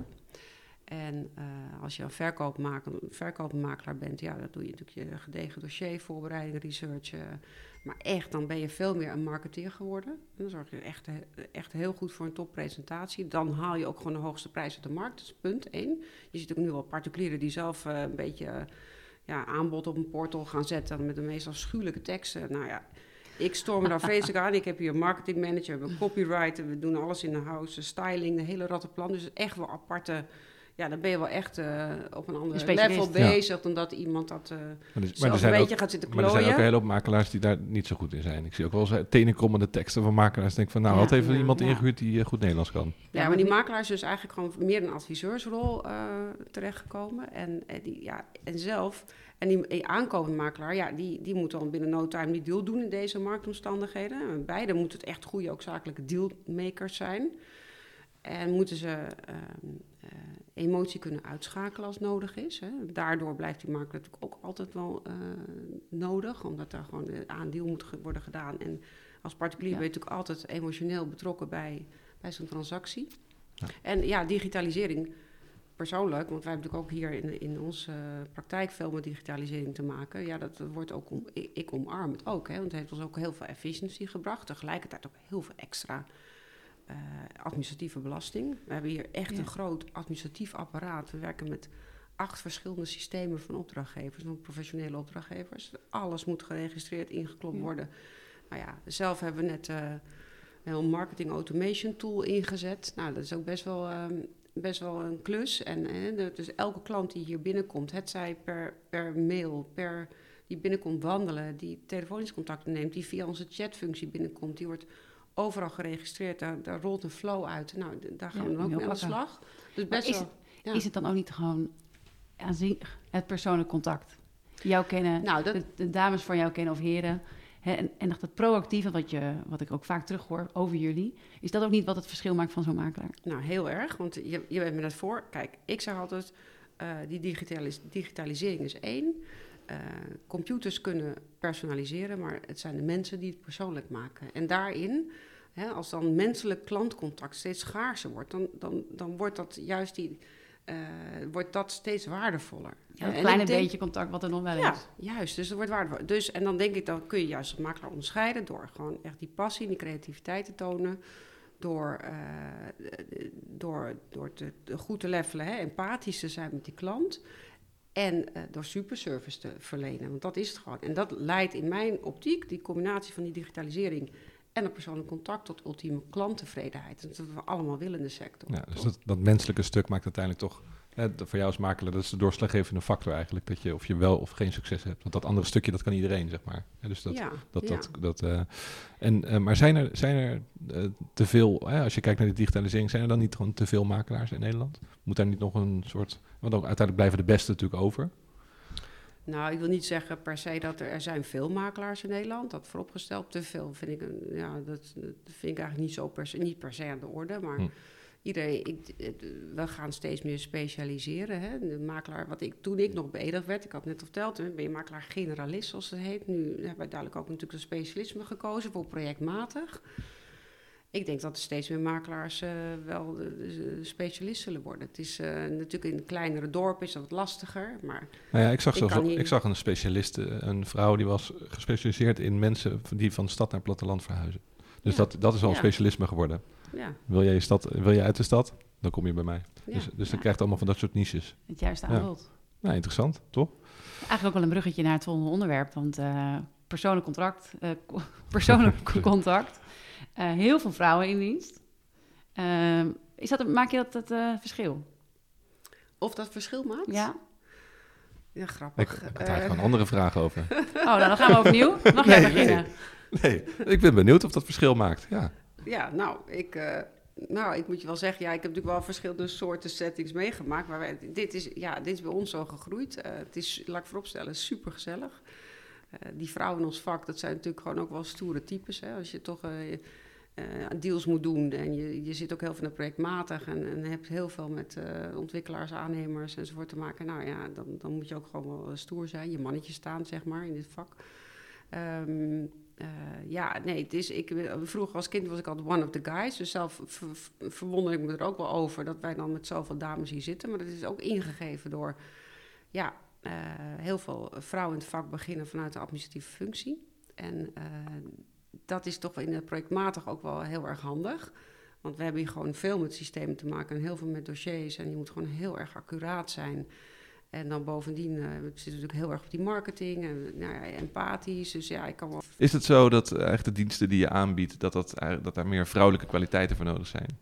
[SPEAKER 3] En uh, als je een verkopend makelaar bent, ja, dan doe je natuurlijk je gedegen dossier, voorbereiding, research. Uh, maar echt, dan ben je veel meer een marketeer geworden. En dan zorg je echt, echt heel goed voor een toppresentatie. Dan haal je ook gewoon de hoogste prijs uit de markt. Dat is punt één. Je ziet ook nu wel particulieren die zelf uh, een beetje uh, ja, aanbod op een portal gaan zetten met de meest afschuwelijke teksten. Nou ja, ik storm me daar vreselijk aan. Ik heb hier een marketingmanager, we hebben een copywriter, we doen alles in de house, styling, de hele rattenplan. Dus echt wel aparte... Ja, dan ben je wel echt uh, op een ander een level bezig... Ja. dan dat iemand dat uh, maar dus, maar een beetje ook, gaat zitten klooien.
[SPEAKER 1] Maar er zijn ook een hele hoop makelaars die daar niet zo goed in zijn. Ik zie ook wel eens tenenkrommende teksten van makelaars. Ik denk van, nou, ja, had even ja, iemand ja. ingehuurd die uh, goed Nederlands kan.
[SPEAKER 3] Ja, ja, maar die makelaar is dus eigenlijk gewoon meer een adviseursrol uh, terechtgekomen. En, en, die, ja, en zelf... En die, die aankomende makelaar, ja, die, die moet dan binnen no time die deal doen in deze marktomstandigheden. En beide moeten het echt goede, ook zakelijke dealmakers zijn. En moeten ze uh, uh, emotie kunnen uitschakelen als nodig is. Hè. Daardoor blijft die makelaar natuurlijk ook altijd wel uh, nodig, omdat er gewoon aan deal moet ge- worden gedaan. En als particulier ja. ben je natuurlijk altijd emotioneel betrokken bij, bij zo'n transactie. Ja. En ja, digitalisering, persoonlijk, want wij hebben natuurlijk ook hier in, in onze uh, praktijk veel met digitalisering te maken. Ja, dat wordt ook, om, ik, ik omarm het ook, hè, want het heeft ons ook heel veel efficiëntie gebracht. Tegelijkertijd ook heel veel extra Uh, administratieve belasting. We hebben hier echt ja. een groot administratief apparaat. We werken met acht verschillende systemen van opdrachtgevers, van professionele opdrachtgevers. Alles moet geregistreerd, ingeklopt ja. worden. Nou ja, zelf hebben we net uh, een marketing automation tool ingezet. Nou, dat is ook best wel, um, best wel een klus. En uh, de, dus elke klant die hier binnenkomt, hetzij per, per mail, per die binnenkomt wandelen, die telefonisch contact neemt, die via onze chatfunctie binnenkomt, die wordt overal geregistreerd, daar, daar rolt een flow uit. Nou, d- daar gaan ja, we dan ook mee aan de slag. Dus best
[SPEAKER 2] is,
[SPEAKER 3] wel, ja.
[SPEAKER 2] is het dan ook niet gewoon aanzien, het persoonlijk contact? Jou kennen, nou, dat, de, de dames van jou kennen of heren. Hè, en, en dat proactieve, wat, je, wat ik ook vaak terughoor over jullie. Is dat ook niet wat het verschil maakt van zo'n makelaar?
[SPEAKER 3] Nou, heel erg. Want je, je bent me net voor. Kijk, ik zeg altijd, uh, die digitalis- digitalisering is één. Uh, computers kunnen personaliseren, maar het zijn de mensen die het persoonlijk maken. En daarin, hè, als dan menselijk klantcontact steeds schaarser wordt, dan, dan, dan wordt dat juist die, uh, wordt dat steeds waardevoller.
[SPEAKER 2] Ja, een kleine denk, beetje contact wat er nog wel
[SPEAKER 3] ja,
[SPEAKER 2] is.
[SPEAKER 3] Juist, dus dat wordt waardevol. Dus, en dan denk ik, dan kun je juist als makelaar onderscheiden door gewoon echt die passie en die creativiteit te tonen. Door, uh, door, door te, goed te levelen, hè, empathisch te zijn met die klant. En uh, door superservice te verlenen, want dat is het gewoon. En dat leidt in mijn optiek, die combinatie van die digitalisering en een persoonlijk contact tot ultieme klanttevredenheid. Dat is wat we allemaal willen in de sector.
[SPEAKER 1] Ja, dus dat, dat menselijke stuk maakt uiteindelijk toch... Hè, voor jou als makelaar, dat is de doorslaggevende factor eigenlijk. Dat je of je wel of geen succes hebt. Want dat andere stukje, dat kan iedereen, zeg maar. Ja, dus dat,
[SPEAKER 3] ja,
[SPEAKER 1] dat,
[SPEAKER 3] ja.
[SPEAKER 1] dat, dat, uh, en, uh, maar zijn er, zijn er uh, te veel... Hè, als je kijkt naar de digitalisering... zijn er dan niet gewoon te veel makelaars in Nederland? Moet daar niet nog een soort... Want ook uiteindelijk blijven de beste natuurlijk over...
[SPEAKER 3] Nou, ik wil niet zeggen per se dat er, er zijn veel makelaars in Nederland. Dat vooropgesteld, te veel vind ik, een, ja, dat, dat vind ik eigenlijk niet, zo per se, niet per se aan de orde. Maar hm. iedereen, ik, we gaan steeds meer specialiseren. Hè. De makelaar, wat ik, toen ik nog beëdigd werd, ik had net verteld, ben je makelaar generalist zoals het heet. Nu hebben wij duidelijk ook natuurlijk een specialisme gekozen voor projectmatig. Ik denk dat er steeds meer makelaars uh, wel de, de specialist zullen worden. Het is uh, natuurlijk in kleinere dorpen is dat wat lastiger, maar...
[SPEAKER 1] Nou ja, ik zag,
[SPEAKER 3] ik,
[SPEAKER 1] zo,
[SPEAKER 3] niet...
[SPEAKER 1] ik zag een specialist, een vrouw die was gespecialiseerd in mensen die van stad naar platteland verhuizen. Dus ja. dat, dat is al een ja. specialisme geworden. Ja. Wil jij je stad, wil je uit de stad? Dan kom je bij mij. Ja. Dus, dus ja. dan krijg je allemaal van dat soort niches.
[SPEAKER 2] Het juiste aanbod.
[SPEAKER 1] Ja. Nou, interessant, toch?
[SPEAKER 2] Eigenlijk ook wel een bruggetje naar het volgende onderwerp, want uh, persoonlijk contract, uh, persoonlijk contact... Uh, heel veel vrouwen in dienst. Uh, is dat, maak je dat het uh, verschil?
[SPEAKER 3] Of dat verschil maakt?
[SPEAKER 2] Ja.
[SPEAKER 3] Ja, grappig.
[SPEAKER 1] Ik, ik had daar uh, gewoon andere vragen over.
[SPEAKER 2] Oh, nou, dan gaan we opnieuw. Mag
[SPEAKER 1] nee,
[SPEAKER 2] jij beginnen?
[SPEAKER 1] Nee, nee, ik ben benieuwd of dat verschil maakt. Ja,
[SPEAKER 3] ja nou, ik, uh, nou, ik moet je wel zeggen... Ja, ik heb natuurlijk wel verschillende soorten settings meegemaakt. Maar wij, dit, is, ja, dit is bij ons zo gegroeid. Uh, het is, laat ik vooropstellen, super gezellig. Uh, die vrouwen in ons vak, dat zijn natuurlijk gewoon ook wel stoere types. Hè? Als je toch uh, uh, deals moet doen en je, je zit ook heel veel naar projectmatig... en, en hebt heel veel met uh, ontwikkelaars, aannemers enzovoort te maken. Nou ja, dan, dan moet je ook gewoon wel stoer zijn. Je mannetje staan, zeg maar, in dit vak. Um, uh, ja, nee, het is... Ik, vroeger als kind was ik altijd one of the guys. Dus zelf ver, ver, verwonder ik me er ook wel over... dat wij dan met zoveel dames hier zitten. Maar dat is ook ingegeven door... ja. Uh, heel veel vrouwen in het vak beginnen vanuit de administratieve functie. En uh, dat is toch wel in het projectmatig ook wel heel erg handig. Want we hebben hier gewoon veel met systemen te maken en heel veel met dossiers. En je moet gewoon heel erg accuraat zijn. En dan bovendien uh, we zitten natuurlijk heel erg op die marketing en nou ja, empathisch. Dus ja, ik kan wel...
[SPEAKER 1] Is het zo dat uh, eigenlijk de diensten die je aanbiedt, dat, dat, uh, dat daar meer vrouwelijke kwaliteiten voor nodig zijn?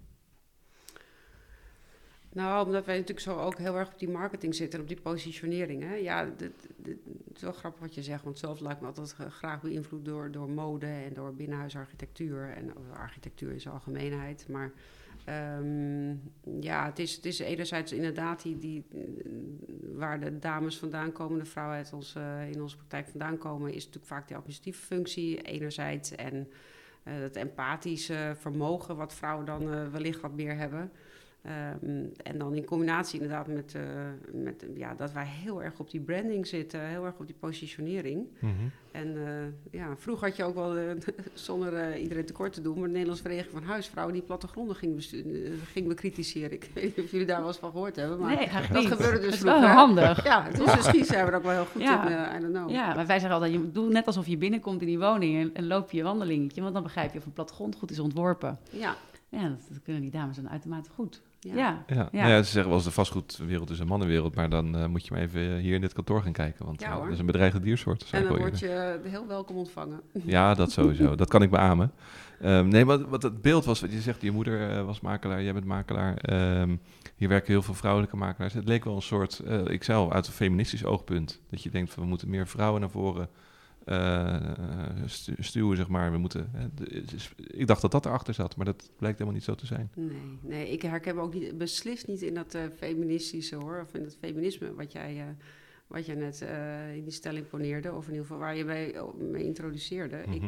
[SPEAKER 3] Nou, omdat wij natuurlijk zo ook heel erg op die marketing zitten en op die positionering. Hè? Ja, het is wel grappig wat je zegt, want zelf lijkt me altijd graag beïnvloed door, door mode en door binnenhuisarchitectuur en architectuur in zijn algemeenheid. Maar um, ja, het is, het is enerzijds inderdaad die, die, waar de dames vandaan komen, de vrouwen uit ons, uh, in onze praktijk vandaan komen, is natuurlijk vaak die administratieve functie enerzijds en uh, het empathische vermogen wat vrouwen dan uh, wellicht wat meer hebben. Um, en dan in combinatie inderdaad met, uh, met ja, dat wij heel erg op die branding zitten, heel erg op die positionering. Mm-hmm. En uh, ja, vroeger had je ook wel, uh, zonder uh, iedereen tekort te doen, maar de Nederlandse Vereniging van Huisvrouwen die plattegronden ging, bestu- uh, ging bekritiseren. Ik weet niet of jullie daar wel eens van gehoord hebben, maar
[SPEAKER 2] nee,
[SPEAKER 3] dat
[SPEAKER 2] niet.
[SPEAKER 3] gebeurde dus
[SPEAKER 2] dat is
[SPEAKER 3] vroeger.
[SPEAKER 2] wel handig.
[SPEAKER 3] Ja, dus misschien zijn we er ook wel heel goed
[SPEAKER 2] ja.
[SPEAKER 3] in, uh, I don't know.
[SPEAKER 2] Ja, maar wij zeggen altijd, je doet net alsof je binnenkomt in die woning en, en loop je je wandelingetje, want dan begrijp je of een plattegrond goed is ontworpen.
[SPEAKER 3] Ja.
[SPEAKER 2] Ja, dat, dat kunnen die dames dan uitermate goed.
[SPEAKER 3] Ja.
[SPEAKER 2] Ja.
[SPEAKER 1] Ja. Ja. Ja, ze zeggen wel eens de vastgoedwereld is een mannenwereld, maar dan uh, moet je maar even hier in dit kantoor gaan kijken, want ja, uh, dat is een bedreigde diersoort.
[SPEAKER 3] En dan word je heel welkom ontvangen.
[SPEAKER 1] Ja, dat sowieso. Dat kan ik beamen. Um, nee, wat, wat het beeld was, wat je zegt, je moeder uh, was makelaar, jij bent makelaar. Um, hier werken heel veel vrouwelijke makelaars. Het leek wel een soort, uh, ik zei al, uit een feministisch oogpunt, dat je denkt van we moeten meer vrouwen naar voren Uh, stu- stuwen, zeg maar. We moeten, hè, de, ik dacht dat dat erachter zat, maar dat blijkt helemaal niet zo te zijn.
[SPEAKER 3] Nee, nee ik herken me ook niet, beslist niet in dat uh, feministische, hoor, of in dat feminisme wat jij, uh, wat jij net uh, in die stelling poneerde, of in ieder geval waar je mee, mee introduceerde. Mm-hmm. Ik,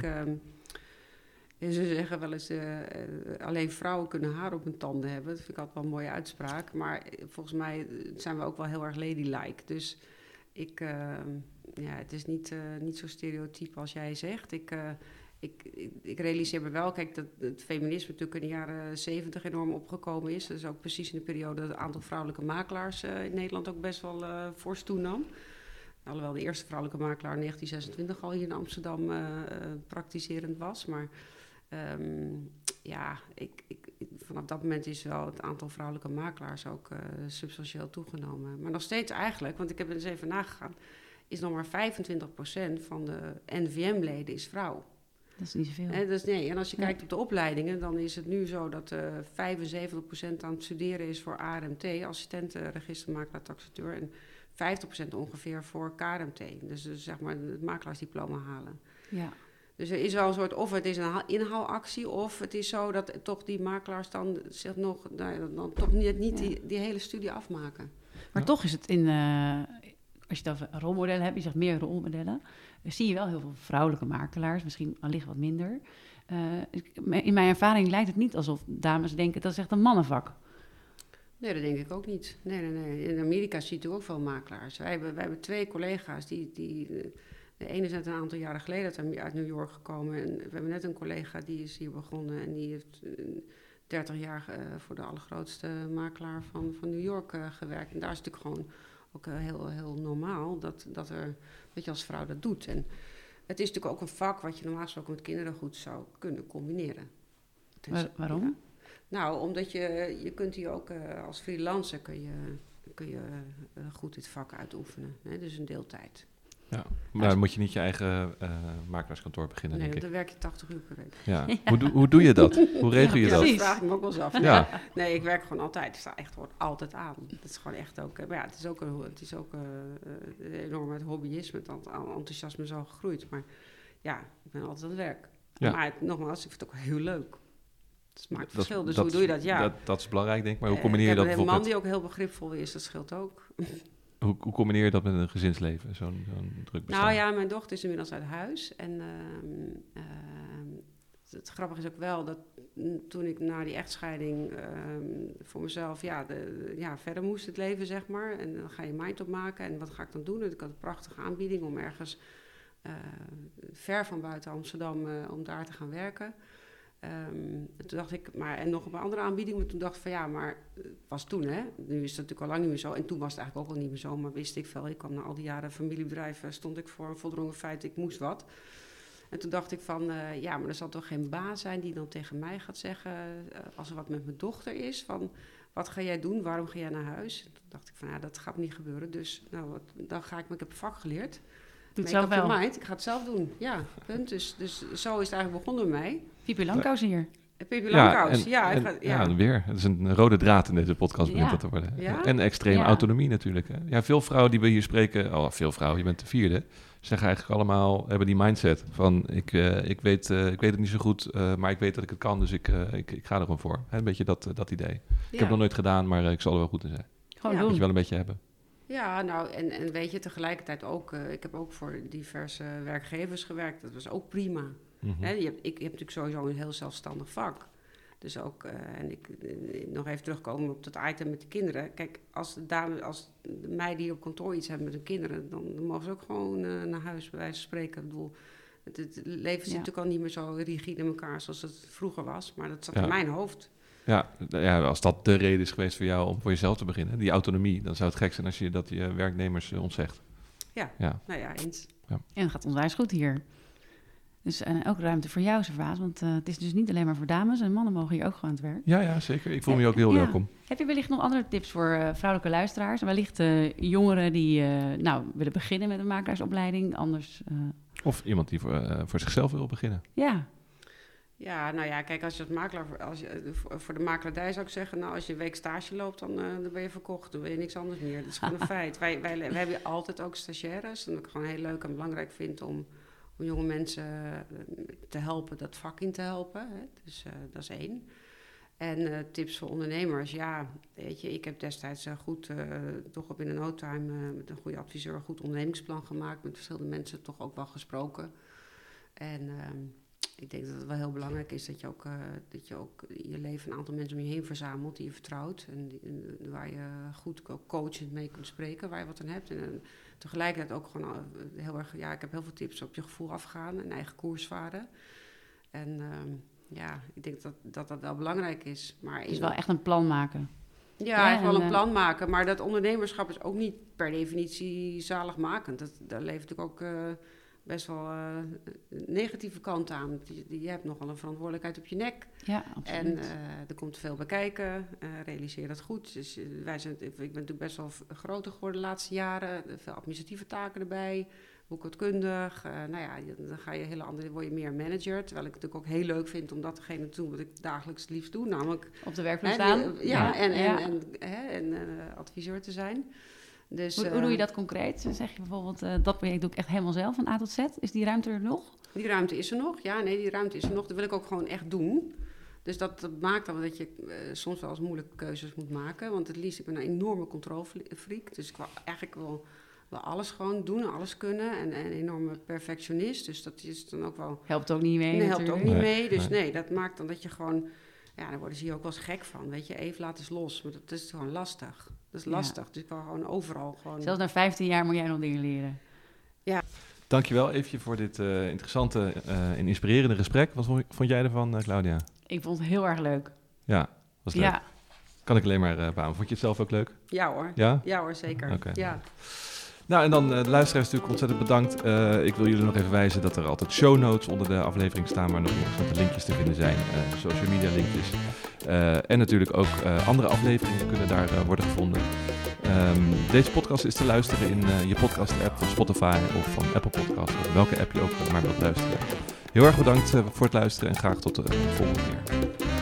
[SPEAKER 3] uh, ze zeggen wel eens, uh, uh, alleen vrouwen kunnen haar op hun tanden hebben. Dat vind ik altijd wel een mooie uitspraak, maar volgens mij zijn we ook wel heel erg ladylike. Dus ik... Uh, Ja, het is niet, uh, niet zo stereotyp als jij zegt. Ik, uh, ik, ik, ik realiseer me wel, kijk, dat het feminisme natuurlijk in de jaren zeventig enorm opgekomen is. Dat is ook precies in de periode dat het aantal vrouwelijke makelaars uh, in Nederland ook best wel uh, fors toenam. Alhoewel de eerste vrouwelijke makelaar in negentien zesentwintig al hier in Amsterdam uh, uh, praktiserend was. Maar um, ja, ik, ik, vanaf dat moment is wel het aantal vrouwelijke makelaars ook uh, substantieel toegenomen. Maar nog steeds eigenlijk, want ik heb er eens even nagegaan, is nog maar vijfentwintig procent van de N V M-leden is vrouw.
[SPEAKER 2] Dat is niet zoveel.
[SPEAKER 3] Hè, dus nee, en als je
[SPEAKER 2] Nee.
[SPEAKER 3] kijkt op de opleidingen, dan is het nu zo dat uh, vijfenzeventig procent aan het studeren is voor A R M T, assistentenregistermakelaar taxateur, en vijftig procent ongeveer voor K R M T. Dus, dus zeg maar het makelaarsdiploma halen.
[SPEAKER 2] Ja.
[SPEAKER 3] Dus er is wel een soort, of het is een ha- inhaalactie, of het is zo dat toch die makelaars dan zich nog, nou, dan toch niet, niet
[SPEAKER 2] Ja.
[SPEAKER 3] die, die hele studie afmaken.
[SPEAKER 2] Maar
[SPEAKER 1] Ja.
[SPEAKER 2] toch is het in, uh, als je het over rolmodellen hebt, je zegt meer rolmodellen, dan zie je wel heel veel vrouwelijke makelaars, misschien allicht wat minder. Uh, in mijn ervaring lijkt het niet alsof dames denken dat is echt een mannenvak.
[SPEAKER 3] Nee, dat denk ik ook niet. Nee, nee, nee. In Amerika zie je natuurlijk ook veel makelaars. Wij hebben, wij hebben twee collega's die... die de ene is net een aantal jaren geleden uit New York gekomen. En we hebben net een collega die is hier begonnen. En die heeft dertig jaar uh, voor de allergrootste makelaar van, van New York uh, gewerkt. En daar is het natuurlijk gewoon ook uh, heel, heel normaal dat, dat, er, dat je als vrouw dat doet. En het is natuurlijk ook een vak wat je normaal gesproken met kinderen goed zou kunnen combineren. Dus,
[SPEAKER 2] Waar, waarom?
[SPEAKER 3] Ja. Nou, omdat je, je kunt hier ook uh, als freelancer kun je, kun je uh, goed dit vak uitoefenen. Hè? Dus een deeltijd.
[SPEAKER 1] Ja, maar dan moet je niet je eigen uh, makelaarskantoor beginnen,
[SPEAKER 3] nee,
[SPEAKER 1] denk ik.
[SPEAKER 3] dan werk je tachtig uur per week.
[SPEAKER 1] Ja. Ja. Hoe, do, hoe doe je dat? Hoe regel je
[SPEAKER 3] ja,
[SPEAKER 1] dat?
[SPEAKER 3] Dat vraag ik me ook wel eens af.
[SPEAKER 1] Ja.
[SPEAKER 3] Nee, ik werk gewoon altijd. Ik sta echt gewoon altijd aan. Het is gewoon echt ook... Maar ja, het is ook een, het is ook een, een enorm het hobbyisme, het enthousiasme zo gegroeid. Maar ja, ik ben altijd aan het werk. Ja. Maar het, nogmaals, ik vind het ook heel leuk. Het maakt verschil, dus
[SPEAKER 1] dat,
[SPEAKER 3] hoe doe je dat? Ja.
[SPEAKER 1] Dat, dat is belangrijk, denk ik. Maar hoe combineer je dat bijvoorbeeld?
[SPEAKER 3] Een man die ook heel begripvol is, dat scheelt ook.
[SPEAKER 1] Hoe, hoe combineer je dat met een gezinsleven, zo'n, zo'n druk bestaan?
[SPEAKER 3] Nou ja, mijn dochter is inmiddels uit huis. En uh, uh, het grappige is ook wel dat toen ik na die echtscheiding uh, voor mezelf ja, de, ja, verder moest het leven, zeg maar. En dan ga je mind opmaken. En wat ga ik dan doen? En ik had een prachtige aanbieding om ergens uh, ver van buiten Amsterdam, uh, om daar te gaan werken. Um, toen dacht ik, maar en nog een andere aanbieding, maar toen dacht ik van ja, maar het was toen, hè. Nu is het natuurlijk al lang niet meer zo. En toen was het eigenlijk ook al niet meer zo, maar wist ik veel. Ik kwam na al die jaren familiebedrijven, stond ik voor een voldrongen feit, ik moest wat. En toen dacht ik van, uh, ja, maar er zal toch geen baas zijn die dan tegen mij gaat zeggen, uh, als er wat met mijn dochter is, van wat ga jij doen, waarom ga jij naar huis? En toen dacht ik van ja, dat gaat niet gebeuren, dus nou, wat, dan ga ik, maar ik heb een vak geleerd.
[SPEAKER 2] Doe het zelf wel.
[SPEAKER 3] Mind, ik ga het zelf doen, ja, punt. Dus, dus zo is het eigenlijk begonnen bij mij.
[SPEAKER 2] Pippi Langkous hier.
[SPEAKER 3] Pippi Langkous, ja.
[SPEAKER 1] Ja,
[SPEAKER 3] en,
[SPEAKER 1] ja,
[SPEAKER 3] ga, ja.
[SPEAKER 1] ja, weer. Het is een rode draad in deze podcast, begint
[SPEAKER 2] ja.
[SPEAKER 1] dat te worden.
[SPEAKER 3] Ja?
[SPEAKER 1] En extreme
[SPEAKER 2] ja.
[SPEAKER 1] autonomie natuurlijk. Hè. Ja, veel vrouwen die we hier spreken, oh, veel vrouwen, je bent de vierde, zeggen eigenlijk allemaal, hebben die mindset van, ik, uh, ik, weet, uh, ik weet het niet zo goed, uh, maar ik weet dat ik het kan, dus ik, uh, ik, ik ga er gewoon voor. Hè, een beetje dat, uh, dat idee. Ik ja. heb het nog nooit gedaan, maar uh, ik zal er wel goed in zijn.
[SPEAKER 2] Gewoon
[SPEAKER 3] ja.
[SPEAKER 2] doen.
[SPEAKER 1] Moet je wel een beetje hebben.
[SPEAKER 3] Ja, nou, en, en weet je, tegelijkertijd ook, uh, ik heb ook voor diverse werkgevers gewerkt, dat was ook prima. Mm-hmm. Hè, je hebt, ik, je hebt natuurlijk sowieso een heel zelfstandig vak. Dus ook, uh, en ik uh, nog even terugkomen op dat item met de kinderen. Kijk, als de, dame, als de meiden hier op kantoor iets hebben met hun kinderen, dan, dan mogen ze ook gewoon uh, naar huis, bij wijze van spreken. Ik bedoel, het, het leven zit ja. natuurlijk al niet meer zo rigide in elkaar zoals het vroeger was, maar dat zat ja. in mijn hoofd.
[SPEAKER 1] Ja, ja, als dat de reden is geweest voor jou om voor jezelf te beginnen, die autonomie, dan zou het gek zijn als je dat je werknemers uh, ontzegt.
[SPEAKER 3] Ja, ja, nou ja, eens.
[SPEAKER 2] Ja. En het gaat onwijs goed hier. Dus en ook ruimte voor jou, Servaas, want uh, het is dus niet alleen maar voor dames en mannen mogen hier ook gewoon aan het werk.
[SPEAKER 1] Ja, ja, zeker. Ik voel me ook heel ja. welkom.
[SPEAKER 2] Heb je wellicht nog andere tips voor uh, vrouwelijke luisteraars? Wellicht uh, jongeren die uh, nou, willen beginnen met een makelaarsopleiding, anders... Uh...
[SPEAKER 1] Of iemand die voor, uh, voor zichzelf wil beginnen.
[SPEAKER 2] Ja.
[SPEAKER 3] Ja, nou ja, kijk, als je het makelaar, als je, voor de makelaardij zou ik zeggen, nou, als je een week stage loopt, dan, uh, dan ben je verkocht, dan ben je niks anders meer. Dat is gewoon een feit. Wij, wij, wij hebben altijd ook stagiaires, en wat ik gewoon heel leuk en belangrijk vind om, om jonge mensen te helpen, dat vak in te helpen. Hè. Dus uh, dat is één. En uh, tips voor ondernemers, ja, weet je, ik heb destijds uh, goed, uh, toch op in een no time uh, met een goede adviseur, een goed ondernemingsplan gemaakt, met verschillende mensen toch ook wel gesproken. En... Uh, Ik denk dat het wel heel belangrijk is dat je ook, uh, dat je ook je leven een aantal mensen om je heen verzamelt die je vertrouwt. En, die, en waar je goed coachend mee kunt spreken, waar je wat aan hebt. En, en tegelijkertijd ook gewoon uh, heel erg, ja, ik heb heel veel tips op je gevoel afgaan en eigen koers varen. En uh, ja, ik denk dat, dat dat wel belangrijk is. Maar
[SPEAKER 2] dus wel echt een plan maken.
[SPEAKER 3] Ja, ja echt wel een plan maken. Maar dat ondernemerschap is ook niet per definitie zaligmakend. Dat, daar leeft natuurlijk ook... Uh, best wel uh, negatieve kant aan. Je, je hebt nogal een verantwoordelijkheid op je nek.
[SPEAKER 2] Ja, absoluut.
[SPEAKER 3] En uh, er komt veel bij kijken. Uh, realiseer dat goed. Dus, uh, wij zijn, ik ben natuurlijk best wel groter geworden de laatste jaren. Veel administratieve taken erbij. boekhoudkundig. Uh, nou ja, dan ga je hele andere, word je meer manager. Terwijl ik het natuurlijk ook heel leuk vind om datgene te doen wat ik dagelijks het liefst doe. Namelijk
[SPEAKER 2] op de werkvloer staan.
[SPEAKER 3] Ja, ja, en, en, ja. en, en, en uh, adviseur te zijn. Dus,
[SPEAKER 2] hoe,
[SPEAKER 3] uh,
[SPEAKER 2] hoe doe je dat concreet? Zeg je bijvoorbeeld, uh, dat project doe ik echt helemaal zelf van A tot Z. Is die ruimte er nog?
[SPEAKER 3] Die ruimte is er nog. Ja, nee, die ruimte is er nog. Dat wil ik ook gewoon echt doen. Dus dat, dat maakt dan dat je uh, soms wel eens moeilijke keuzes moet maken. Want het liefst, ik ben een enorme controlefreak. Dus ik wil eigenlijk wel, wel alles gewoon doen, alles kunnen. En, en een enorme perfectionist. Dus dat is dan ook wel...
[SPEAKER 2] Helpt ook niet mee
[SPEAKER 3] Nee, helpt ook niet
[SPEAKER 1] nee,
[SPEAKER 3] mee. Dus
[SPEAKER 1] nee.
[SPEAKER 3] nee, dat maakt dan dat je gewoon... Ja, daar worden ze hier ook wel eens gek van. Weet je, even laat eens los. Maar dat is gewoon lastig. Dat is lastig. Ja. Dus ik wil gewoon overal gewoon...
[SPEAKER 2] Zelfs na vijftien jaar moet jij nog dingen leren.
[SPEAKER 3] Ja.
[SPEAKER 1] Dankjewel even voor dit uh, interessante uh, en inspirerende gesprek. Wat vond, vond jij ervan, uh, Claudia?
[SPEAKER 2] Ik vond het heel erg leuk.
[SPEAKER 1] Ja, was leuk.
[SPEAKER 3] Ja.
[SPEAKER 1] Kan ik alleen maar uh, beamen. Vond je het zelf ook leuk?
[SPEAKER 3] Ja hoor.
[SPEAKER 1] Ja?
[SPEAKER 3] Ja hoor, zeker.
[SPEAKER 1] Okay.
[SPEAKER 3] Ja.
[SPEAKER 1] Nou, en dan uh, de luisteraars natuurlijk ontzettend bedankt. Uh, ik wil jullie nog even wijzen dat er altijd show notes onder de aflevering staan, waar nog interessante linkjes te vinden zijn. Uh, social media linkjes. Uh, en natuurlijk ook uh, andere afleveringen kunnen daar uh, worden gevonden. Um, deze podcast is te luisteren in uh, je podcast-app van Spotify of van Apple Podcasts, of welke app je ook maar wilt luisteren. Heel erg bedankt uh, voor het luisteren en graag tot de volgende keer.